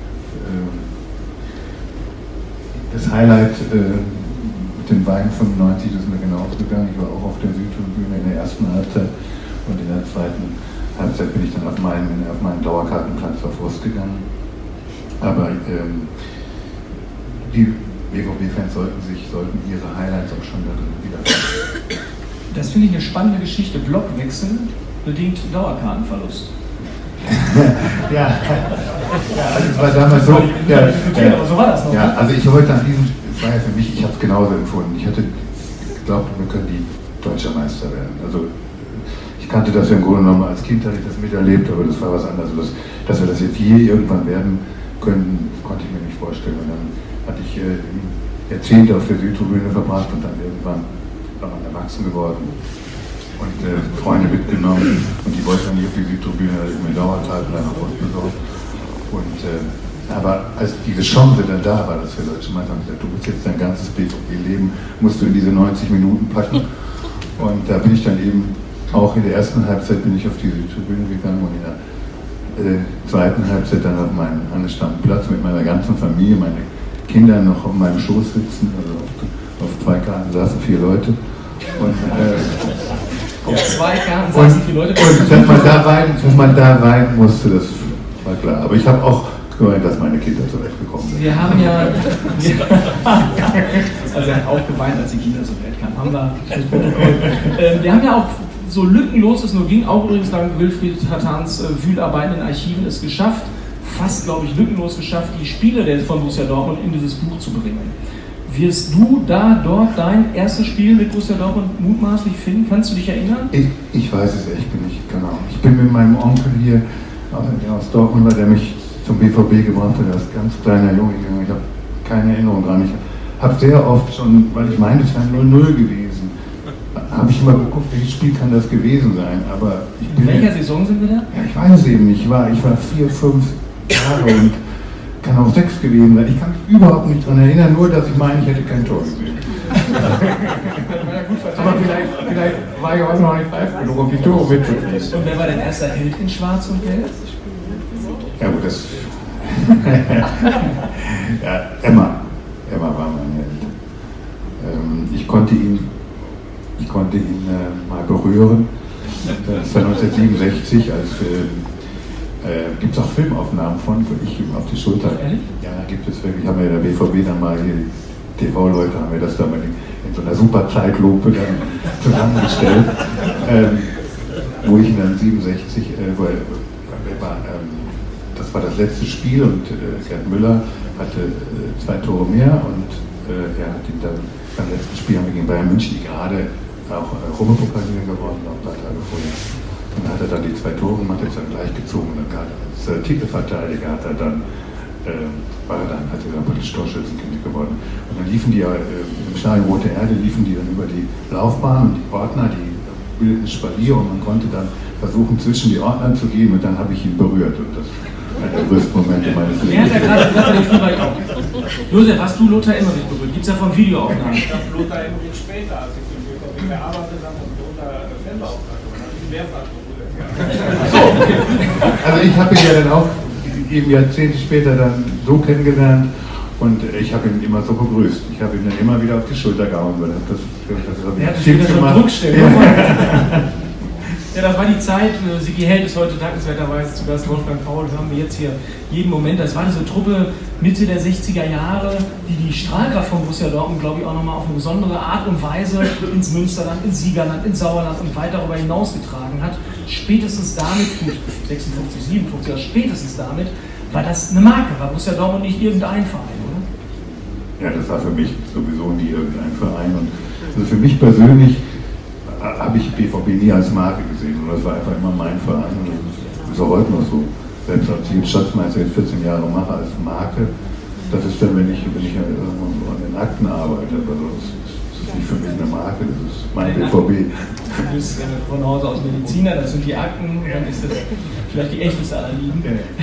Das Highlight mit dem Wein fünfundneunzig, das ist mir genau ausgegangen. Ich war auch auf der Südtribüne in der ersten Halbzeit, und in der zweiten Halbzeit bin ich dann auf meinen, auf meinen Dauerkartenplatz auf Wurst gegangen. Aber ähm, die B V B-Fans sollten sich, sollten ihre Highlights auch schon darin wiederfinden. Das finde ich eine spannende Geschichte. Blockwechsel bedingt Dauerkartenverlust. ja, ja, also es war damals so. Ja, ja, aber so war das noch. Ja, also ich wollte an diesem, es war ja für mich, ich habe es genauso empfunden. Ich hatte geglaubt, wir können die Deutscher Meister werden. Also ich kannte das ja im Grunde genommen, als Kind hatte ich das miterlebt, aber das war was anderes. Also das, dass wir das jetzt hier irgendwann werden können, konnte ich mir nicht vorstellen. Und dann hatte ich äh, Jahrzehnte auf der Südtribüne verbracht, und dann irgendwann war man erwachsen geworden und äh, Freunde mitgenommen, und die wollten dann nicht auf die Südtribüne, da ist mir Dauerkarten dann noch was besorgt. Und, äh, aber als diese Chance dann da war, dass wir Deutsche Meister haben gesagt, du musst jetzt dein ganzes B V B-Leben, musst du in diese neunzig Minuten packen. Und da bin ich dann eben, auch in der ersten Halbzeit bin ich auf die Südtribüne gegangen, und in der äh, zweiten Halbzeit dann auf meinen angestammten Platz mit meiner ganzen Familie, meine Kinder noch auf meinem Schoß sitzen, also auf, auf zwei Karten saßen vier Leute. Und, äh, auf zwei Karten saßen vier Leute. Und dass man da rein, dass man da rein musste, das war klar. Aber ich habe auch gehört, dass meine Kinder zurechtgekommen sind. Wir haben ja... also er hat auch geweint, als die Kinder zur Welt kamen. Haben wir, äh, wir haben ja auch, so lückenlos es nur ging, auch übrigens dank Wilfried Hattans äh, Wühlarbeiten in Archiven, es geschafft, fast, glaube ich, lückenlos geschafft, die Spiele der, von Borussia Dortmund in dieses Buch zu bringen. Wirst du da, dort dein erstes Spiel mit Borussia Dortmund mutmaßlich finden? Kannst du dich erinnern? Ich, ich weiß es echt nicht, genau. Ich bin mit meinem Onkel hier, der aus Dortmund war, der mich zum B V B gebracht hat, als ganz kleiner Junge. Ich habe keine Erinnerung dran. Ich habe sehr oft schon, weil ich meine, es wäre null null gewesen, habe ich immer geguckt, welches Spiel kann das gewesen sein. Aber ich bin, in welcher Saison sind wir da? Ja, ich weiß es eben nicht. Ich war, ich war vier, fünf Jahre und kann auch sechs gewesen sein. Ich kann mich überhaupt nicht daran erinnern, nur dass ich meine, ich hätte kein Tor gesehen. Aber vielleicht, vielleicht war ich auch noch nicht reif genug, um die Tore mitzukriegen. Und wer war dein erster Held in Schwarz und Gelb? Ja gut, das... ja, Emma. Emma war mein Held. Ähm, ich konnte ihn, ich konnte ihn äh, mal berühren. Das war neunzehnhundertsiebenundsechzig, als... Äh, Äh, gibt es auch Filmaufnahmen von, wo ich ihm auf die Schulter. Ehrlich? Ja, gibt es wirklich. Haben wir der B V B dann mal, hier, die T V-Leute haben wir das dann mal in, in so einer super Zeitlupe dann zusammengestellt. ähm, wo ich ihn dann siebenundsechzig, äh, weil, weil war, ähm, das war das letzte Spiel und äh, Gerd Müller hatte äh, zwei Tore mehr und äh, er hat ihn dann beim letzten Spiel haben wir gegen Bayern München, die gerade auch äh, Rumme-Pokal gewonnen, noch ein paar Tage vorher. Und dann hat er dann die zwei Tore gemacht, ist dann gleich gezogen. Und dann als äh, Titelverteidiger hat er dann, äh, war er dann, hat er dann praktisch Torschützenkönig geworden. Und dann liefen die ja äh, im Stadion Rote Erde, liefen die dann über die Laufbahn und die Ordner, die bildeten Spalier und man konnte dann versuchen, zwischen die Ordner zu gehen und dann habe ich ihn berührt. Und das war der größte Moment meines Lebens. Wer hat ja gerade gesagt, ich war auch. Josef, hast du Lothar Emmerich berührt? Gibt es davon Videoaufnahmen? Ich habe Lothar Emmerich später, als ich für den B V B gearbeitet habe und Lothar Fanbeauftragter war, habe ich ihn mehrfach berührt. So, also ich habe ihn ja dann auch eben Jahrzehnte später dann so kennengelernt und ich habe ihn immer so begrüßt. Ich habe ihn dann immer wieder auf die Schulter gehauen, weil das, das, das habe ich er hat wieder so einen Druck stellen. Ja. Ja, das war die Zeit. Sigi Held ist heute dankenswerterweise zu Gast, Wolfgang Paul. Das haben wir jetzt hier jeden Moment. Das war diese Truppe Mitte der sechziger Jahre, die die Strahlkraft von Borussia Dortmund, glaube ich, auch nochmal auf eine besondere Art und Weise ins Münsterland, ins Siegerland, ins Sauerland und weit darüber hinausgetragen hat. Spätestens damit, gut, sechsundfünfzig, siebenundfünfzig, aber spätestens damit war das eine Marke. War Borussia Dortmund nicht irgendein Verein, oder? Ja, das war für mich sowieso nie irgendein Verein. Und also für mich persönlich habe ich B V B nie als Marke gesehen und das war einfach immer mein Verein und das ist auch heute noch so. Selbst als ich jetzt Schatzmeister jetzt vierzehn Jahre mache als Marke, das ist dann, wenn ich, wenn ich irgendwo an den Akten arbeite, aber das ist nicht für mich eine Marke, das ist mein B V B. Du bist äh, von Hause aus Mediziner, das sind die Akten, dann ist das vielleicht die echteste aller Ligen.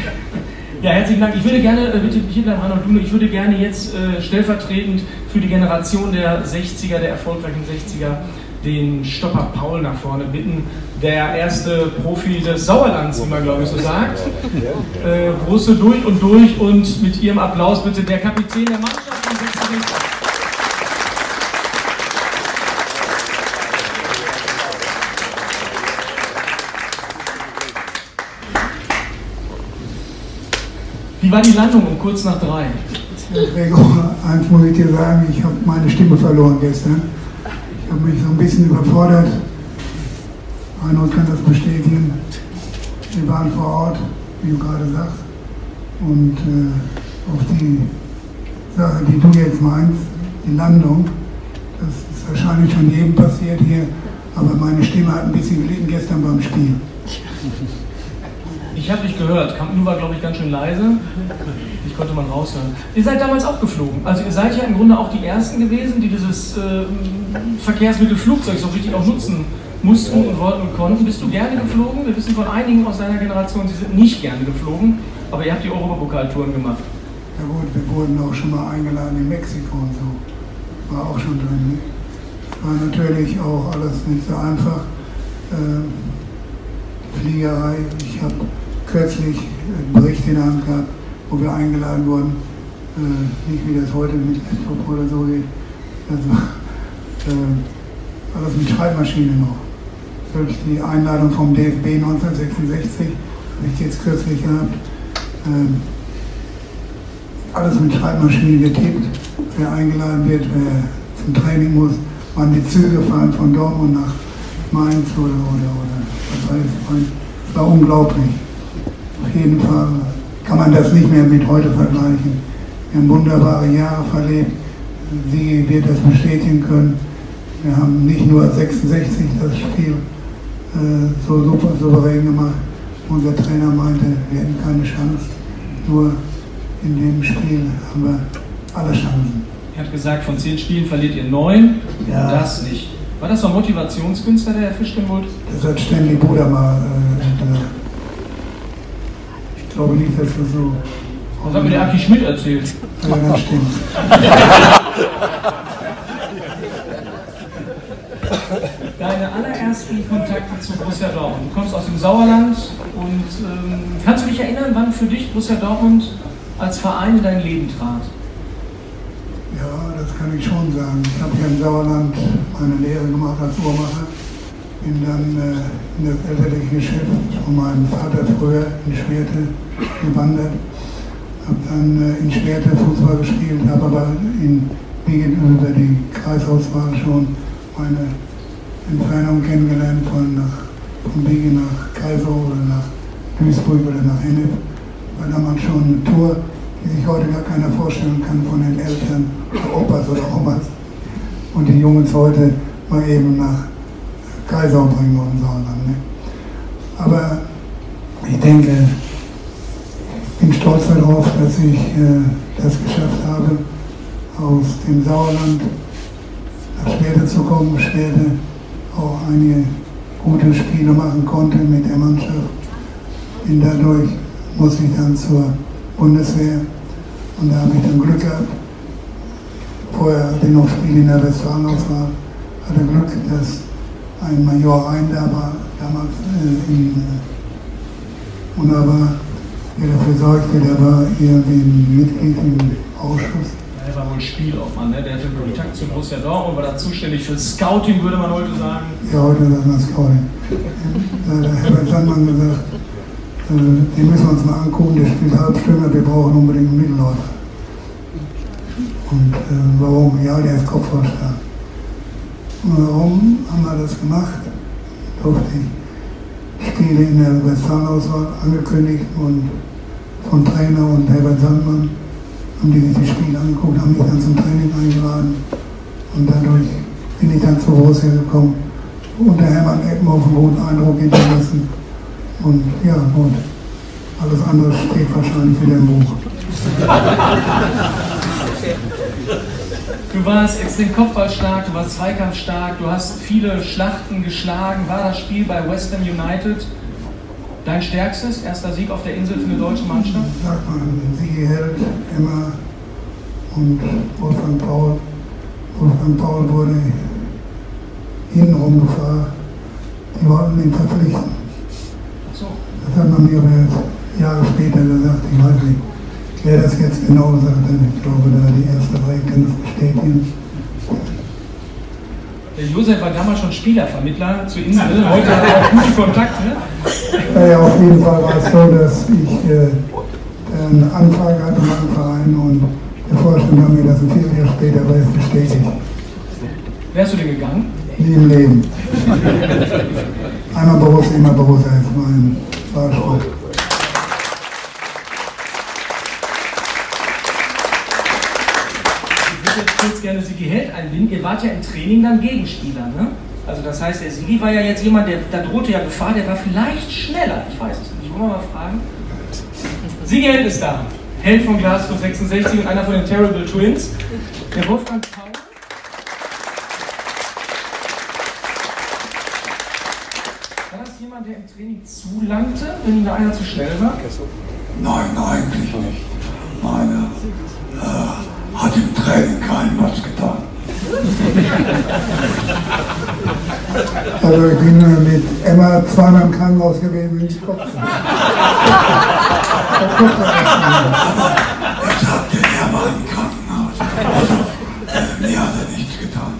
Ja, herzlichen Dank. Ich würde gerne, bitte hier bleiben, Reinhold Blume, ich würde gerne jetzt äh, stellvertretend für die Generation der sechziger, der erfolgreichen sechziger, den Stopper Paul nach vorne bitten, der erste Profi des Sauerlands, wie man glaube ich so sagt. Äh, Borusse durch und durch und mit ihrem Applaus bitte der Kapitän der Mannschaft von sechzig. Wie war die Landung um kurz nach drei? Gregor, eins muss ich dir sagen, ich habe meine Stimme verloren gestern. Ich habe mich so ein bisschen überfordert. Reinhold kann das bestätigen. Wir waren vor Ort, wie du gerade sagst. Und äh, auf die Sache, die du jetzt meinst, die Landung, das ist wahrscheinlich schon jedem passiert hier, aber meine Stimme hat ein bisschen gelitten gestern beim Spiel. Ich habe dich gehört. Camp war, glaube ich, ganz schön leise. Ich konnte man raushören. Ihr seid damals auch geflogen. Also ihr seid ja im Grunde auch die Ersten gewesen, die dieses äh, Verkehrsmittel Flugzeug so richtig auch nutzen mussten und wollten und konnten. Bist du gerne geflogen? Wir wissen von einigen aus deiner Generation, sie sind nicht gerne geflogen, aber ihr habt die Europapokaltouren gemacht. Ja gut, wir wurden auch schon mal eingeladen in Mexiko und so. War auch schon drin. Ne? War natürlich auch alles nicht so einfach. Äh, Fliegerei. Ich habe kürzlich einen Bericht in der Hand gehabt, wo wir eingeladen wurden. Äh, nicht wie das heute mit Laptop oder so geht. Also, äh, alles mit Schreibmaschine noch. Selbst die Einladung vom D F B neunzehnhundertsechsundsechzig habe ich jetzt kürzlich gehabt. Äh, alles mit Schreibmaschine getippt. Wer eingeladen wird, wer zum Training muss, wann die Züge fahren von Dortmund nach Mainz oder, oder, oder was weiß ich. Es war unglaublich. Auf jeden Fall kann man das nicht mehr mit heute vergleichen. Wir haben wunderbare Jahre verlebt. Sie wird das bestätigen können. Wir haben nicht nur sechsundsechzig das Spiel äh, so super souverän gemacht. Unser Trainer meinte, wir hätten keine Chance. Nur in dem Spiel haben wir alle Chancen. Er hat gesagt, von zehn Spielen verliert ihr neun. Ja. Das nicht. War das so ein Motivationskünstler, der Herr Fischgenwold? Das hat Stanley Bruder mal. Äh, ich glaube nicht, dass das so. Das hat mir der Aki Schmidt erzählt. Ja, das stimmt. Deine allerersten Kontakte zu Borussia Dortmund. Du kommst aus dem Sauerland und ähm, kannst du dich erinnern, wann für dich Borussia Dortmund als Verein in dein Leben trat? Ja, das kann ich schon sagen. Ich habe hier im Sauerland meine Lehre gemacht als Uhrmacher. Bin dann äh, in das elterliche Geschäft von meinem Vater früher in Schwerte gewandert. Habe dann äh, in Schwerte Fußball gespielt, habe aber in Bingen über die Kreisauswahl schon meine Entfernung kennengelernt, von, nach, von Bingen nach Kaisau oder nach Duisburg oder nach Hennef. War damals schon eine Tour, die sich heute gar keiner vorstellen kann von den Eltern, oder Opas oder Omas. Und die Jungs heute mal eben nach Kaisau bringen und so. Ne? Aber ich denke, ich bin stolz darauf, dass ich äh, das geschafft habe, aus dem Sauerland nach Schwerte zu kommen, Schwerte auch einige gute Spiele machen konnte mit der Mannschaft. Bin dadurch musste ich dann zur Bundeswehr und da habe ich dann Glück gehabt. Vorher hatte ich noch Spiele in der Westfalenauswahl, hatte Glück, dass ein Major Rhein da war, damals äh, in äh, Unaba, der dafür sorgte, der war irgendwie ein Mitglied im Ausschuss. Er war wohl Spielobmann, ne? Der hatte Kontakt zu Borussia Dortmund, war da zuständig für Scouting, würde man heute sagen. Ja, heute sagt man Scouting. Da hat der Herbert Sandmann gesagt, äh, den müssen wir uns mal angucken, der spielt Halbstürmer, wir brauchen unbedingt einen Mittelläufer. Und äh, warum? Ja, der ist kopfballstark. Und warum haben wir das gemacht? Durfte ich Spiele in der Westfalenauswahl angekündigt und von Trainer und Herbert Sandmann haben die sich die Spiele angeguckt, haben mich dann zum Training eingeladen und dadurch bin ich dann zu Borussia gekommen und der Hermann Eppenhoff einen guten Eindruck hinterlassen und ja gut, alles andere steht wahrscheinlich wieder im Buch. Du warst extrem kopfballstark, du warst zweikampfstark, du hast viele Schlachten geschlagen. War das Spiel bei West Ham United dein stärkstes? Erster Sieg auf der Insel für eine deutsche Mannschaft? Sagt man, Sigi Held, Emma und Wolfgang Paul. Wolfgang Paul wurde hintenrum gefahren. Die wollten ihn verpflichten. Ach so. Das hat man mir aber jetzt Jahre später gesagt, ich weiß nicht, wer das jetzt genau sagt, ich glaube, da die erste Reihe kann das bestätigen. Der Josef war damals schon Spielervermittler zur Insel, heute hat er auch gute Kontakte. Ja, auf jeden Fall war es so, dass ich äh, eine Anfrage hatte beim Verein und der Vorstand hat mir das ein Vierteljahr später aber erst bestätigt. Wärst du denn gegangen? Nie im Leben. Einmal Borussia, immer Borussia ist mein Fahrspruch. Ich würde jetzt kurz gerne Sigi Held einbinden. Ihr wart ja im Training dann Gegenspieler, ne? Also das heißt, der Sigi war ja jetzt jemand, der da drohte ja Gefahr, der war vielleicht schneller. Ich weiß es nicht. Wollen wir mal fragen? Sigi Held ist da. Held von Glasgow sechsundsechzig und einer von den Terrible Twins. Der Wolfgang Paul. War das jemand, der im Training zulangte, wenn da einer zu schnell war? Nein, eigentlich nicht. Meiner äh, hat im Training keinem was getan. Also ich bin äh, mit Emma zweimal im Krankenhaus gewesen, wenn ich Kopf. Er sagte, er war im Krankenhaus. Also, äh, mir hat er nichts getan.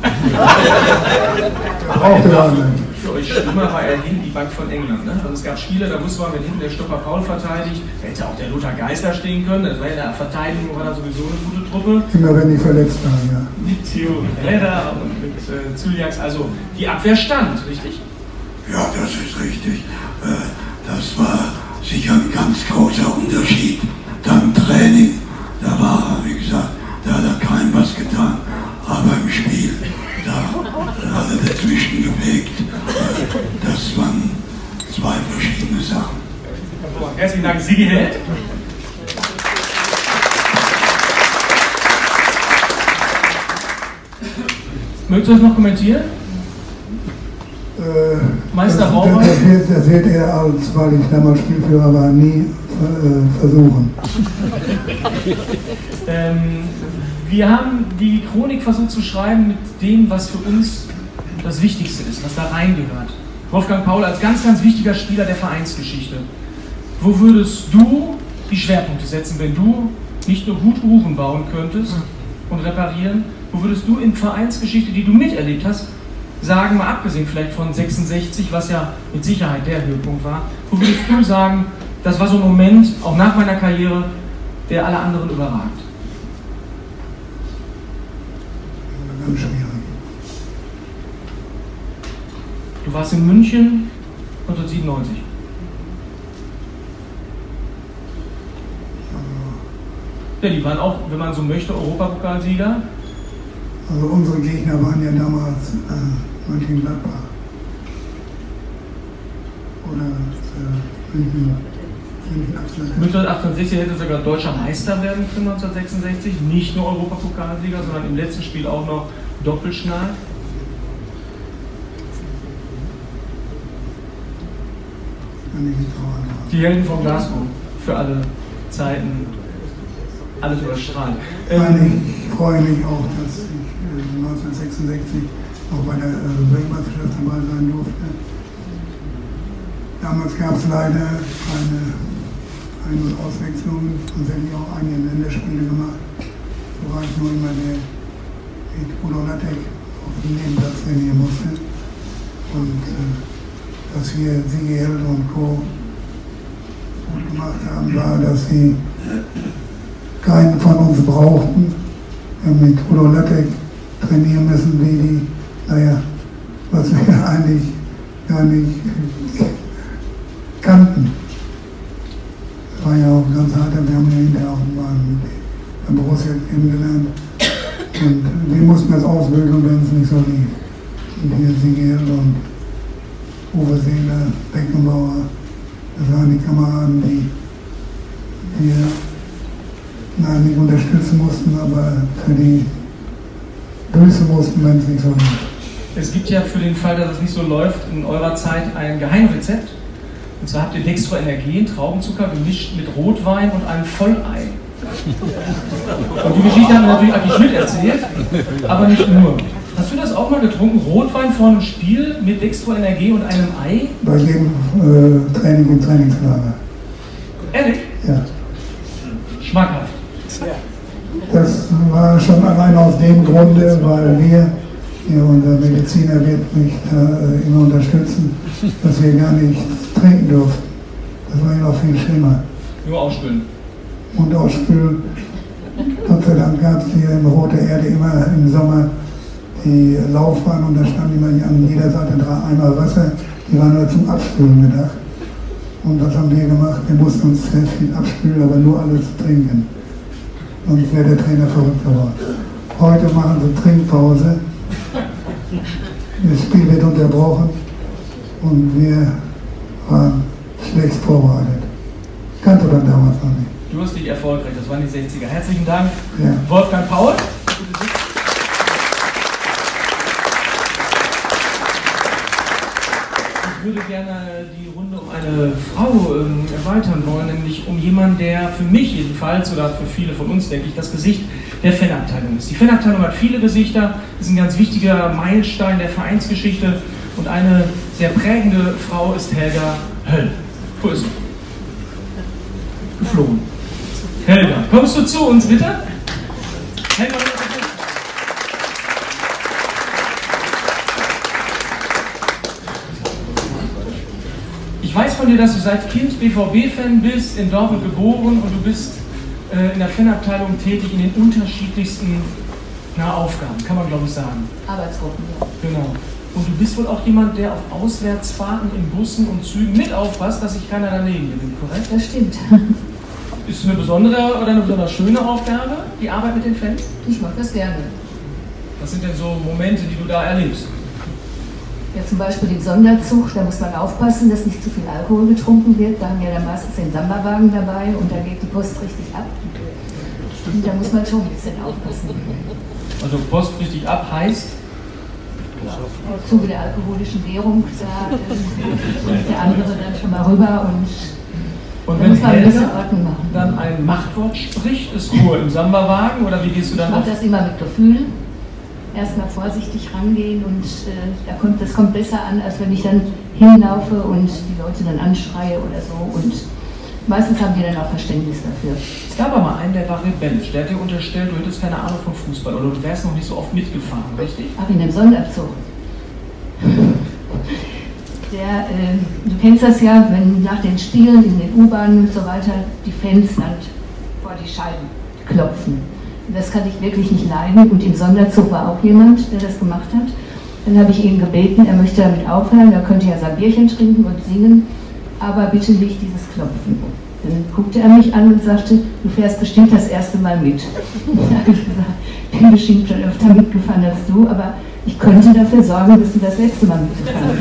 Auch der Für euch schlimmer war er hinten die Bank von England. Ne? Also es gab Spiele, da wusste man, wenn hinten der Stopper Paul verteidigt, da hätte auch der Lothar Geißler stehen können. Das war in der Verteidigung, war da sowieso eine gute Truppe. Immer wenn die verletzt waren, ja. Mit Theo Redder und mit äh, Zyliaks. Also die Abwehr stand, richtig? Ja, das ist richtig. Äh, das war sicher ein ganz großer Unterschied. Dann Training, da war er, wie gesagt, da hat er keinem was getan. Aber im Spiel, da, da hat er dazwischen gewegt. Das waren zwei verschiedene Sachen. Herzlichen Dank, Sigi Held. Möchtest du das noch kommentieren? Äh, Meister das, Rauber? Das wird, das wird er, als, weil ich damals Spielführer war, nie äh, versuchen. ähm, wir haben die Chronik versucht zu schreiben mit dem, was für uns das Wichtigste ist, was da reingehört. Wolfgang Paul als ganz, ganz wichtiger Spieler der Vereinsgeschichte. Wo würdest du die Schwerpunkte setzen, wenn du nicht nur gut Uhren bauen könntest und reparieren? Wo würdest du in Vereinsgeschichte, die du miterlebt hast, sagen, mal abgesehen vielleicht von sechsundsechzig, was ja mit Sicherheit der Höhepunkt war, wo würdest du sagen, das war so ein Moment, auch nach meiner Karriere, der alle anderen überragt? Ganz schwierig. Du warst in München neunzehnhundertsiebenundneunzig. Ja, die waren auch, wenn man so möchte, Europapokalsieger. Also unsere Gegner waren ja damals äh, Mönchengladbach. Oder äh, München. neunzehnhundertachtundsechzig hätte sogar deutscher Meister werden können, neunzehnhundertsechsundsechzig. Nicht nur Europapokalsieger, sondern im letzten Spiel auch noch Doppelschlag. Die Helden von Glasgow für alle Zeiten, alles überstrahlt. Ähm, ich freue mich auch, dass ich äh, neunzehnhundertsechsundsechzig auch bei der äh, Weltmeisterschaft dabei sein durfte. Damals gab es leider eine Ein- und Auswechslung, sonst hätte ich auch einige Länderspiele gemacht. So war ich nur immer der mit Udo Lattek auf dem Nebenplatz trainieren musste. Und äh, dass wir Sigi Held und Co. gut gemacht haben, war, dass sie keinen von uns brauchten. Wir haben mit Udo Lattek trainieren müssen, wie die, naja, was wir eigentlich gar nicht kannten. Das war ja auch ganz hart, wir haben ja hinterher auch mal bei Borussia kennengelernt. Und wir mussten das ausbilden, wenn es nicht so lief. Und hier Sigi Held und Uwe Seeler, Beckenbauer, das waren die Kameraden, die wir na, nicht unterstützen mussten, aber für die Grüße mussten, wenn es nicht so lief. Es gibt ja für den Fall, dass es nicht so läuft, in eurer Zeit ein Geheimrezept. Und zwar habt ihr Dextroenergien, Traubenzucker gemischt mit Rotwein und einem Vollei. Und die Geschichte haben wir natürlich Aki Schmidt erzählt, aber nicht nur. Hast du das auch mal getrunken? Rotwein vor einem Spiel mit Dextroenergie und einem Ei? Bei jedem äh, Training im Trainingslager. Ehrlich? Ja. Schmackhaft. Das war schon allein aus dem Grunde, weil wir, ja, unser Mediziner wird mich äh, immer unterstützen, dass wir gar nicht trinken durften. Das war ja noch viel schlimmer. Nur ausspülen. Und ausspülen. Gott sei Dank gab es hier in Rote Erde immer im Sommer die Laufbahn und da standen immer an jeder Seite drei Eimer Wasser, die waren nur zum Abspülen gedacht. Und was haben wir gemacht? Wir mussten uns sehr viel abspülen, aber nur alles trinken. Sonst wäre der Trainer verrückt geworden. Heute machen sie Trinkpause, das Spiel wird unterbrochen und wir waren schlecht vorbereitet. Kannte man damals noch nicht. Du hast dich erfolgreich, das waren die sechziger. Herzlichen Dank, Ja. Wolfgang Paul. Ich würde gerne die Runde um eine Frau ähm, erweitern wollen, nämlich um jemanden, der für mich jedenfalls oder für viele von uns, denke ich, das Gesicht der Fanabteilung ist. Die Fanabteilung hat viele Gesichter, ist ein ganz wichtiger Meilenstein der Vereinsgeschichte und eine sehr prägende Frau ist Helga Höll. Wo ist sie? Geflogen. Helga, kommst du zu uns bitte? Helga, ich weiß von dir, dass du seit Kind B V B-Fan bist, in Dortmund geboren und du bist äh, in der Fanabteilung tätig in den unterschiedlichsten na, Aufgaben, kann man glaube ich sagen. Arbeitsgruppen, ja. Genau. Und du bist wohl auch jemand, der auf Auswärtsfahrten in Bussen und Zügen mit aufpasst, dass sich keiner daneben nimmt, korrekt? Das stimmt. Ist es eine besondere oder eine besonders schöne Aufgabe, die Arbeit mit den Fans? Ich mache das gerne. Was sind denn so Momente, die du da erlebst? Ja, zum Beispiel den Sonderzug, da muss man aufpassen, dass nicht zu viel Alkohol getrunken wird. Da haben ja dann meistens den Samba-Wagen dabei und da geht die Post richtig ab. Und da muss man schon ein bisschen aufpassen. Also Post richtig ab heißt? im Zuge der alkoholischen Währung, da äh, der andere dann schon mal rüber und, und da wenn muss man ein bisschen Helga Ordnung machen. dann ein Machtwort spricht, ist Ruhe im Samba-Wagen oder wie gehst du dann Ich auf? mache das immer mit Gefühl. Erstmal vorsichtig rangehen und äh, da kommt, das kommt besser an, als wenn ich dann hinlaufe und die Leute dann anschreie oder so. Und meistens haben die dann auch Verständnis dafür. Es gab aber einen, der war rebellisch. Der hat dir unterstellt, du hättest keine Ahnung von Fußball oder du wärst noch nicht so oft mitgefahren, richtig? Ach, in dem Sonderzug. Der, äh, du kennst das ja, wenn nach den Spielen in den U-Bahnen und so weiter die Fans dann vor die Scheiben klopfen. Das kann ich wirklich nicht leiden und im Sonderzug war auch jemand, der das gemacht hat. Dann habe ich ihn gebeten, er möchte damit aufhören, er könnte ja sein Bierchen trinken und singen, aber bitte nicht dieses Klopfen. Dann guckte er mich an und sagte, du fährst bestimmt das erste Mal mit. Dann habe ich gesagt, ich bin bestimmt schon öfter mitgefahren als du, aber ich könnte dafür sorgen, dass du das letzte Mal mitgefahren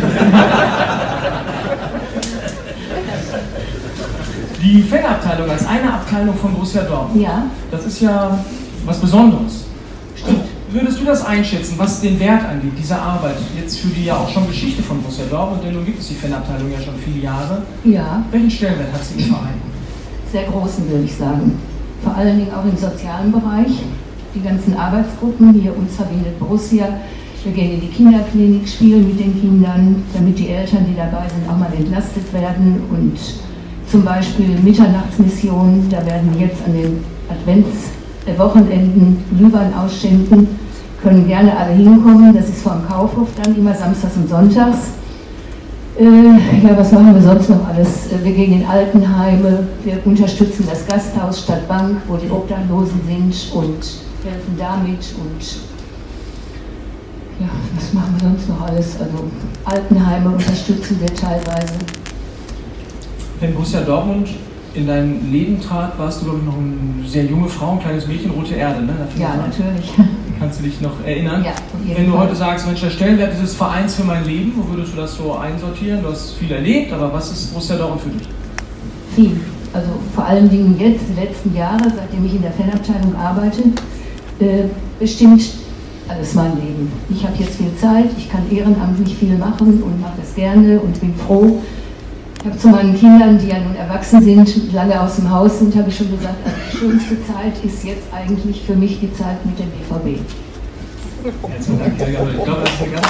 bist. Die Fanabteilung als eine Abteilung von Borussia Dortmund, Ja. das ist ja was Besonderes. Stimmt. Würdest du das einschätzen, was den Wert angeht, dieser Arbeit, jetzt für die ja auch schon Geschichte von Borussia Dortmund, denn nun gibt es die Fanabteilung ja schon viele Jahre. Ja. Welchen Stellenwert hat sie im Verein? Sehr großen, würde ich sagen. Vor allen Dingen auch im sozialen Bereich. Die ganzen Arbeitsgruppen, hier uns verbindet Borussia. Wir gehen in die Kinderklinik, spielen mit den Kindern, damit die Eltern, die dabei sind, auch mal entlastet werden. Und zum Beispiel Mitternachtsmission, da werden wir jetzt an den Adventswochenenden Glühwein ausschenken. Können gerne alle hinkommen, das ist vor dem Kaufhof dann immer samstags und sonntags. Äh, ja, was machen wir sonst noch alles? Wir gehen in Altenheime, wir unterstützen das Gasthaus Stadtbank, wo die Obdachlosen sind und helfen damit und ja, was machen wir sonst noch alles? Also Altenheime unterstützen wir teilweise. Wenn Borussia Dortmund in dein Leben trat, warst du, glaube ich, noch eine sehr junge Frau, ein kleines Mädchen, rote Erde, ne? Ja, natürlich. Kannst du dich noch erinnern? Ja, auf jeden Wenn du Fall. heute sagst, Mensch, der Stellenwert dieses Vereins für mein Leben, wo würdest du das so einsortieren? Du hast viel erlebt, aber was ist Borussia Dortmund für dich? Viel. Also vor allen Dingen jetzt, die letzten Jahre, seitdem ich in der Fanabteilung arbeite, äh, bestimmt alles mein Leben. Ich habe jetzt viel Zeit, ich kann ehrenamtlich viel machen und mache das gerne und bin froh. Ich habe zu meinen Kindern, die ja nun erwachsen sind, lange aus dem Haus sind, habe ich schon gesagt, also die schönste Zeit ist jetzt eigentlich für mich die Zeit mit dem B V B. Herzlichen Dank, Helga. Ich glaube, das ist eine ganz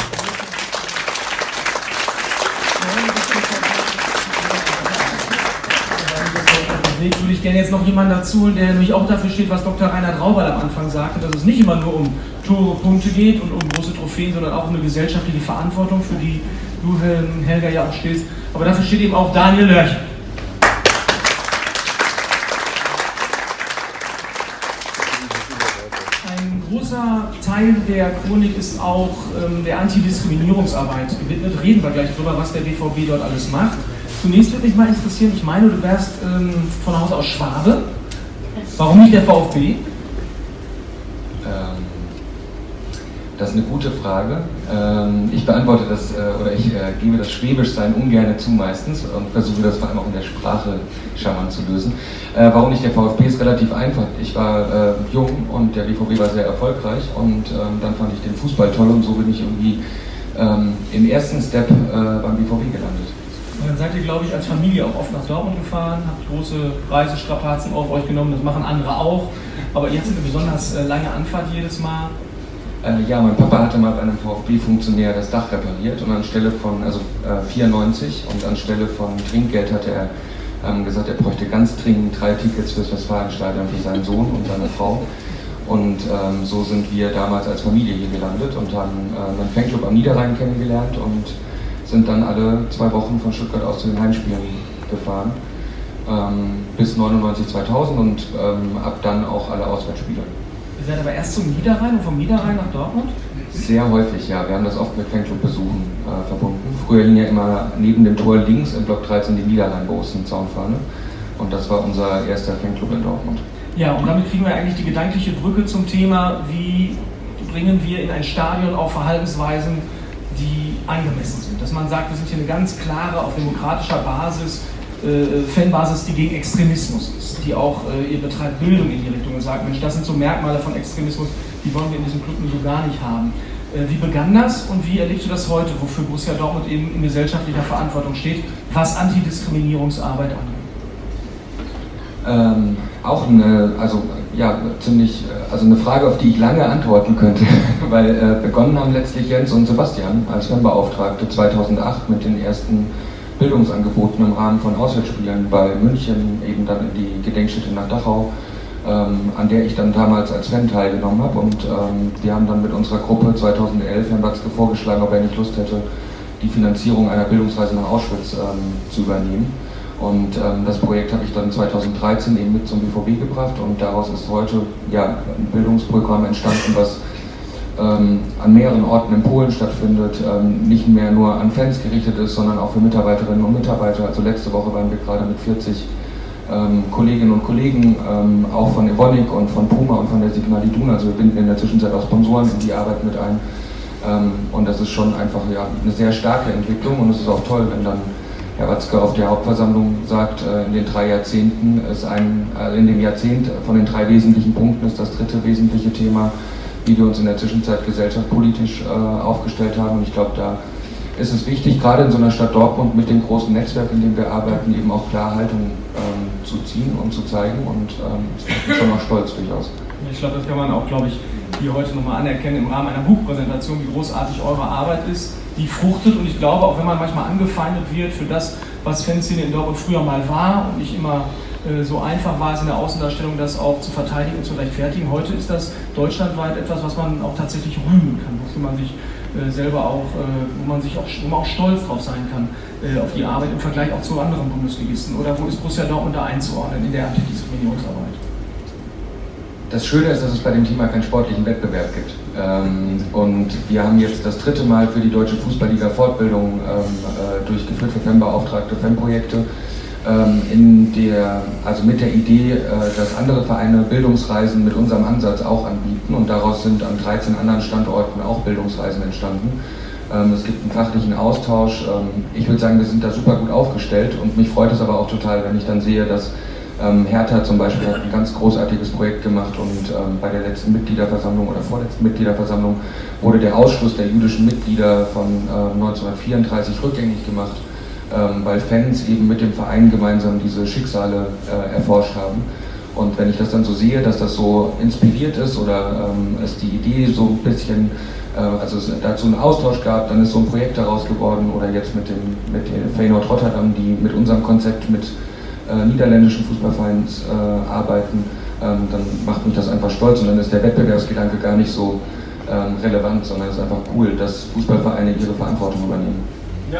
Deswegen würde ich gerne jetzt noch jemanden dazu holen, der nämlich auch dafür steht, was Doktor Reinhard Rauberl am Anfang sagte, dass es nicht immer nur um Tore, Punkte geht und um große Trophäen, sondern auch um eine gesellschaftliche Verantwortung, für die du, Helga, ja auch stehst. Aber dafür steht eben auch Daniel Lörch. Ein großer Teil der Chronik ist auch ähm, der Antidiskriminierungsarbeit gewidmet. Reden wir gleich drüber, was der B V B dort alles macht. Zunächst würde mich mal interessieren, ich meine, du wärst ähm, von Haus aus Schwabe. Warum nicht der VfB? Ähm, das ist eine gute Frage. Ähm, ich beantworte das, äh, oder ich äh, gebe das Schwäbischsein ungern zu meistens und versuche das vor allem auch in der Sprache charmant zu lösen. Äh, warum nicht der VfB ist relativ einfach. Ich war äh, jung und der B V B war sehr erfolgreich und ähm, dann fand ich den Fußball toll und so bin ich irgendwie ähm, im ersten Step äh, beim B V B gelandet. Und dann seid ihr, glaube ich, als Familie auch oft nach Dortmund gefahren, habt große Reisestrapazen auf euch genommen, das machen andere auch. Aber ihr hattet eine besonders äh, lange Anfahrt jedes Mal. Äh, ja, mein Papa hatte mal bei einem VfB-Funktionär das Dach repariert und anstelle von, also äh, vierundneunzig, und anstelle von Trinkgeld hat er ähm, gesagt, er bräuchte ganz dringend drei Tickets fürs Westfalenstadion für seinen Sohn und seine Frau. Und ähm, so sind wir damals als Familie hier gelandet und haben äh, einen Fanclub am Niederrhein kennengelernt und sind dann alle zwei Wochen von Stuttgart aus zu den Heimspielen gefahren, ähm, bis neunundneunzig, zweitausend und ähm, ab dann auch alle Auswärtsspiele. Ihr seid aber erst zum Niederrhein und vom Niederrhein nach Dortmund? Sehr häufig, ja. Wir haben das oft mit Fanclub-Besuchen äh, verbunden. Früher hing ja immer neben dem Tor links im Block dreizehn die Niederrhein-großen Zaunfahne und das war unser erster Fanclub in Dortmund. Ja, und damit kriegen wir eigentlich die gedankliche Brücke zum Thema, wie bringen wir in ein Stadion auch Verhaltensweisen, die angemessen sind. Dass man sagt, wir sind hier eine ganz klare, auf demokratischer Basis, äh, Fanbasis, die gegen Extremismus ist, die auch, äh, ihr betreibt Bildung in die Richtung und sagt, Mensch, das sind so Merkmale von Extremismus, die wollen wir in diesem Club so gar nicht haben. Wie begann das und wie erlebst du das heute, wofür Borussia Dortmund eben in gesellschaftlicher Verantwortung steht, was Antidiskriminierungsarbeit angeht? Ähm, auch eine, also ja, ziemlich, also eine Frage, auf die ich lange antworten könnte, weil äh, begonnen haben letztlich Jens und Sebastian als Fanbeauftragte zweitausendacht mit den ersten Bildungsangeboten im Rahmen von Auswärtsspielen bei München, eben dann in die Gedenkstätte nach Dachau, ähm, an der ich dann damals als Fan teilgenommen habe, und ähm, wir haben dann mit unserer Gruppe zweitausendelf Herrn Watzke vorgeschlagen, ob er nicht Lust hätte, die Finanzierung einer Bildungsreise nach Auschwitz ähm, zu übernehmen. Und ähm, das Projekt habe ich dann zweitausenddreizehn eben mit zum B V B gebracht, und daraus ist heute ja, ein Bildungsprogramm entstanden, was ähm, an mehreren Orten in Polen stattfindet, ähm, nicht mehr nur an Fans gerichtet ist, sondern auch für Mitarbeiterinnen und Mitarbeiter. Also letzte Woche waren wir gerade mit vierzig ähm, Kolleginnen und Kollegen, ähm, auch von Evonik und von Puma und von der Signal Iduna, also wir binden in der Zwischenzeit auch Sponsoren in die Arbeit mit ein. Ähm, und das ist schon einfach ja, eine sehr starke Entwicklung, und es ist auch toll, wenn dann Herr Watzke auf der Hauptversammlung sagt, in den drei Jahrzehnten ist ein, in dem Jahrzehnt von den drei wesentlichen Punkten ist das dritte wesentliche Thema, wie wir uns in der Zwischenzeit gesellschaftspolitisch äh, aufgestellt haben. Und ich glaube, da ist es wichtig, gerade in so einer Stadt Dortmund mit dem großen Netzwerk, in dem wir arbeiten, eben auch klar Haltung ähm, zu ziehen und zu zeigen, und ähm, das macht mich schon auch stolz durchaus. Ich glaube, das kann man auch, glaube ich, hier heute nochmal anerkennen im Rahmen einer Buchpräsentation, wie großartig eure Arbeit ist, die fruchtet. Und ich glaube, auch wenn man manchmal angefeindet wird für das, was Fanszene in Dortmund früher mal war und nicht immer äh, so einfach war es in der Außendarstellung, das auch zu verteidigen und zu rechtfertigen, heute ist das deutschlandweit etwas, was man auch tatsächlich rühmen kann, wo man sich äh, selber auch, äh, wo man sich auch, wo man auch stolz drauf sein kann, äh, auf die Arbeit im Vergleich auch zu anderen Bundesligisten. Oder wo ist Borussia Dortmund da einzuordnen in der Antidiskriminierungsarbeit? Das Schöne ist, dass es bei dem Thema keinen sportlichen Wettbewerb gibt. Ähm, und wir haben jetzt das dritte Mal für die Deutsche Fußballliga Fortbildung ähm, äh, durchgeführt für Fanbeauftragte, Fanprojekte, ähm, in der, also mit der Idee, äh, dass andere Vereine Bildungsreisen mit unserem Ansatz auch anbieten, und daraus sind an dreizehn anderen Standorten auch Bildungsreisen entstanden. Ähm, es gibt einen fachlichen Austausch. Ähm, ich würde sagen, wir sind da super gut aufgestellt, und mich freut es aber auch total, wenn ich dann sehe, dass Ähm, Hertha zum Beispiel hat ein ganz großartiges Projekt gemacht, und ähm, bei der letzten Mitgliederversammlung oder vorletzten Mitgliederversammlung wurde der Ausschluss der jüdischen Mitglieder von äh, neunzehnhundertvierunddreißig rückgängig gemacht, ähm, weil Fans eben mit dem Verein gemeinsam diese Schicksale äh, erforscht haben. Und wenn ich das dann so sehe, dass das so inspiriert ist oder ähm, es die Idee so ein bisschen, äh, also es dazu einen Austausch gab, dann ist so ein Projekt daraus geworden, oder jetzt mit dem mit dem Feyenoord Rotterdam, die mit unserem Konzept mit Äh, niederländischen Fußballvereins äh, arbeiten, ähm, dann macht mich das einfach stolz, und dann ist der Wettbewerbsgedanke gar nicht so ähm, relevant, sondern es ist einfach cool, dass Fußballvereine ihre Verantwortung übernehmen. Ja,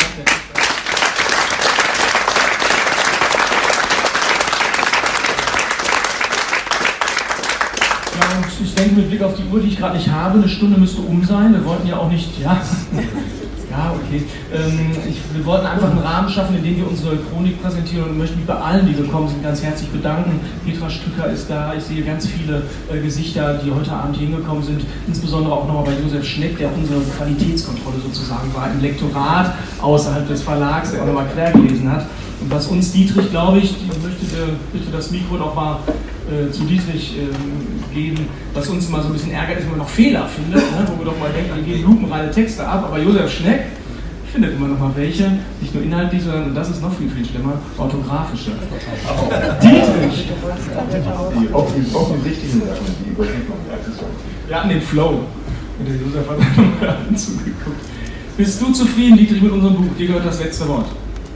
ja, und ich denke, mit Blick auf die Uhr, die ich gerade nicht habe, eine Stunde müsste um sein. Wir wollten ja auch nicht, ja. Ja, okay. Ähm, ich, wir wollten einfach einen Rahmen schaffen, in dem wir unsere Chronik präsentieren, und möchten mich bei allen, die gekommen sind, ganz herzlich bedanken. Petra Stücker ist da, ich sehe ganz viele äh, Gesichter, die heute Abend hingekommen sind, insbesondere auch nochmal bei Josef Schneck, der unsere Qualitätskontrolle sozusagen war, im Lektorat außerhalb des Verlags, der auch nochmal quer gelesen hat. Und was uns Dietrich, glaube ich, ich möchte bitte das Mikro nochmal äh, zu Dietrich äh, geben, was uns immer so ein bisschen ärgert, ist, wenn man noch Fehler findet, ne, wo wir doch mal denken, wir geben lupenreine Texte ab, aber Josef Schneck findet immer noch mal welche, nicht nur inhaltlich, sondern, und das ist noch viel, viel schlimmer, orthografische. Dietrich! Die offensichtlichen Sachen, die übersieht man. Wir hatten den Flow. Und der Josef hat dann zugeguckt. Bist du zufrieden, Dietrich, mit unserem Buch? Dir gehört das letzte Wort.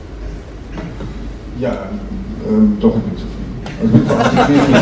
Ja, ähm, doch, ich bin zufrieden. Also ich bin vor allem zufrieden.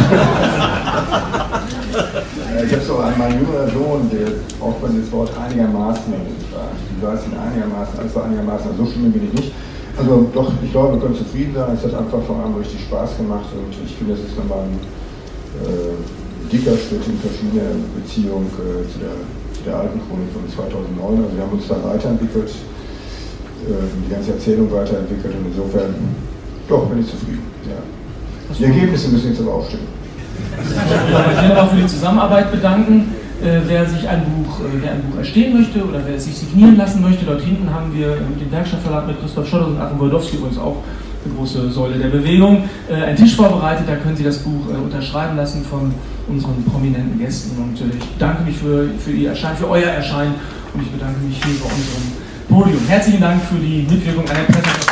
Ich habe so an meinen jüngeren Sohn, der braucht man das Wort einigermaßen gefragt. Wie war es denn einigermaßen? Alles war einigermaßen, also so schlimm bin ich nicht. Also doch, ich glaube, wir können zufrieden sein. Es hat einfach von allem richtig Spaß gemacht, und ich finde, das ist nochmal ein äh, dicker Schritt in verschiedene Beziehungen äh, zu, der, zu der alten Chronik von zweitausendneun. Also wir haben uns da weiterentwickelt, äh, die ganze Erzählung weiterentwickelt, und insofern, doch, bin ich zufrieden. Ja. Die Ergebnisse müssen jetzt aber auch stimmen. Ich will mich auch für die Zusammenarbeit bedanken. Äh, wer sich ein Buch, äh, wer ein Buch erstehen möchte oder wer es sich signieren lassen möchte, dort hinten haben wir mit dem Werkstattverlag mit Christoph Schotter und Achim Woldowski übrigens auch eine große Säule der Bewegung. Äh, ein Tisch vorbereitet, da können Sie das Buch äh, unterschreiben lassen von unseren prominenten Gästen. Und äh, ich bedanke mich für, für Ihr Erscheinen, für euer Erscheinen und ich bedanke mich hier bei unserem Podium. Herzlichen Dank für die Mitwirkung an der Präsentation.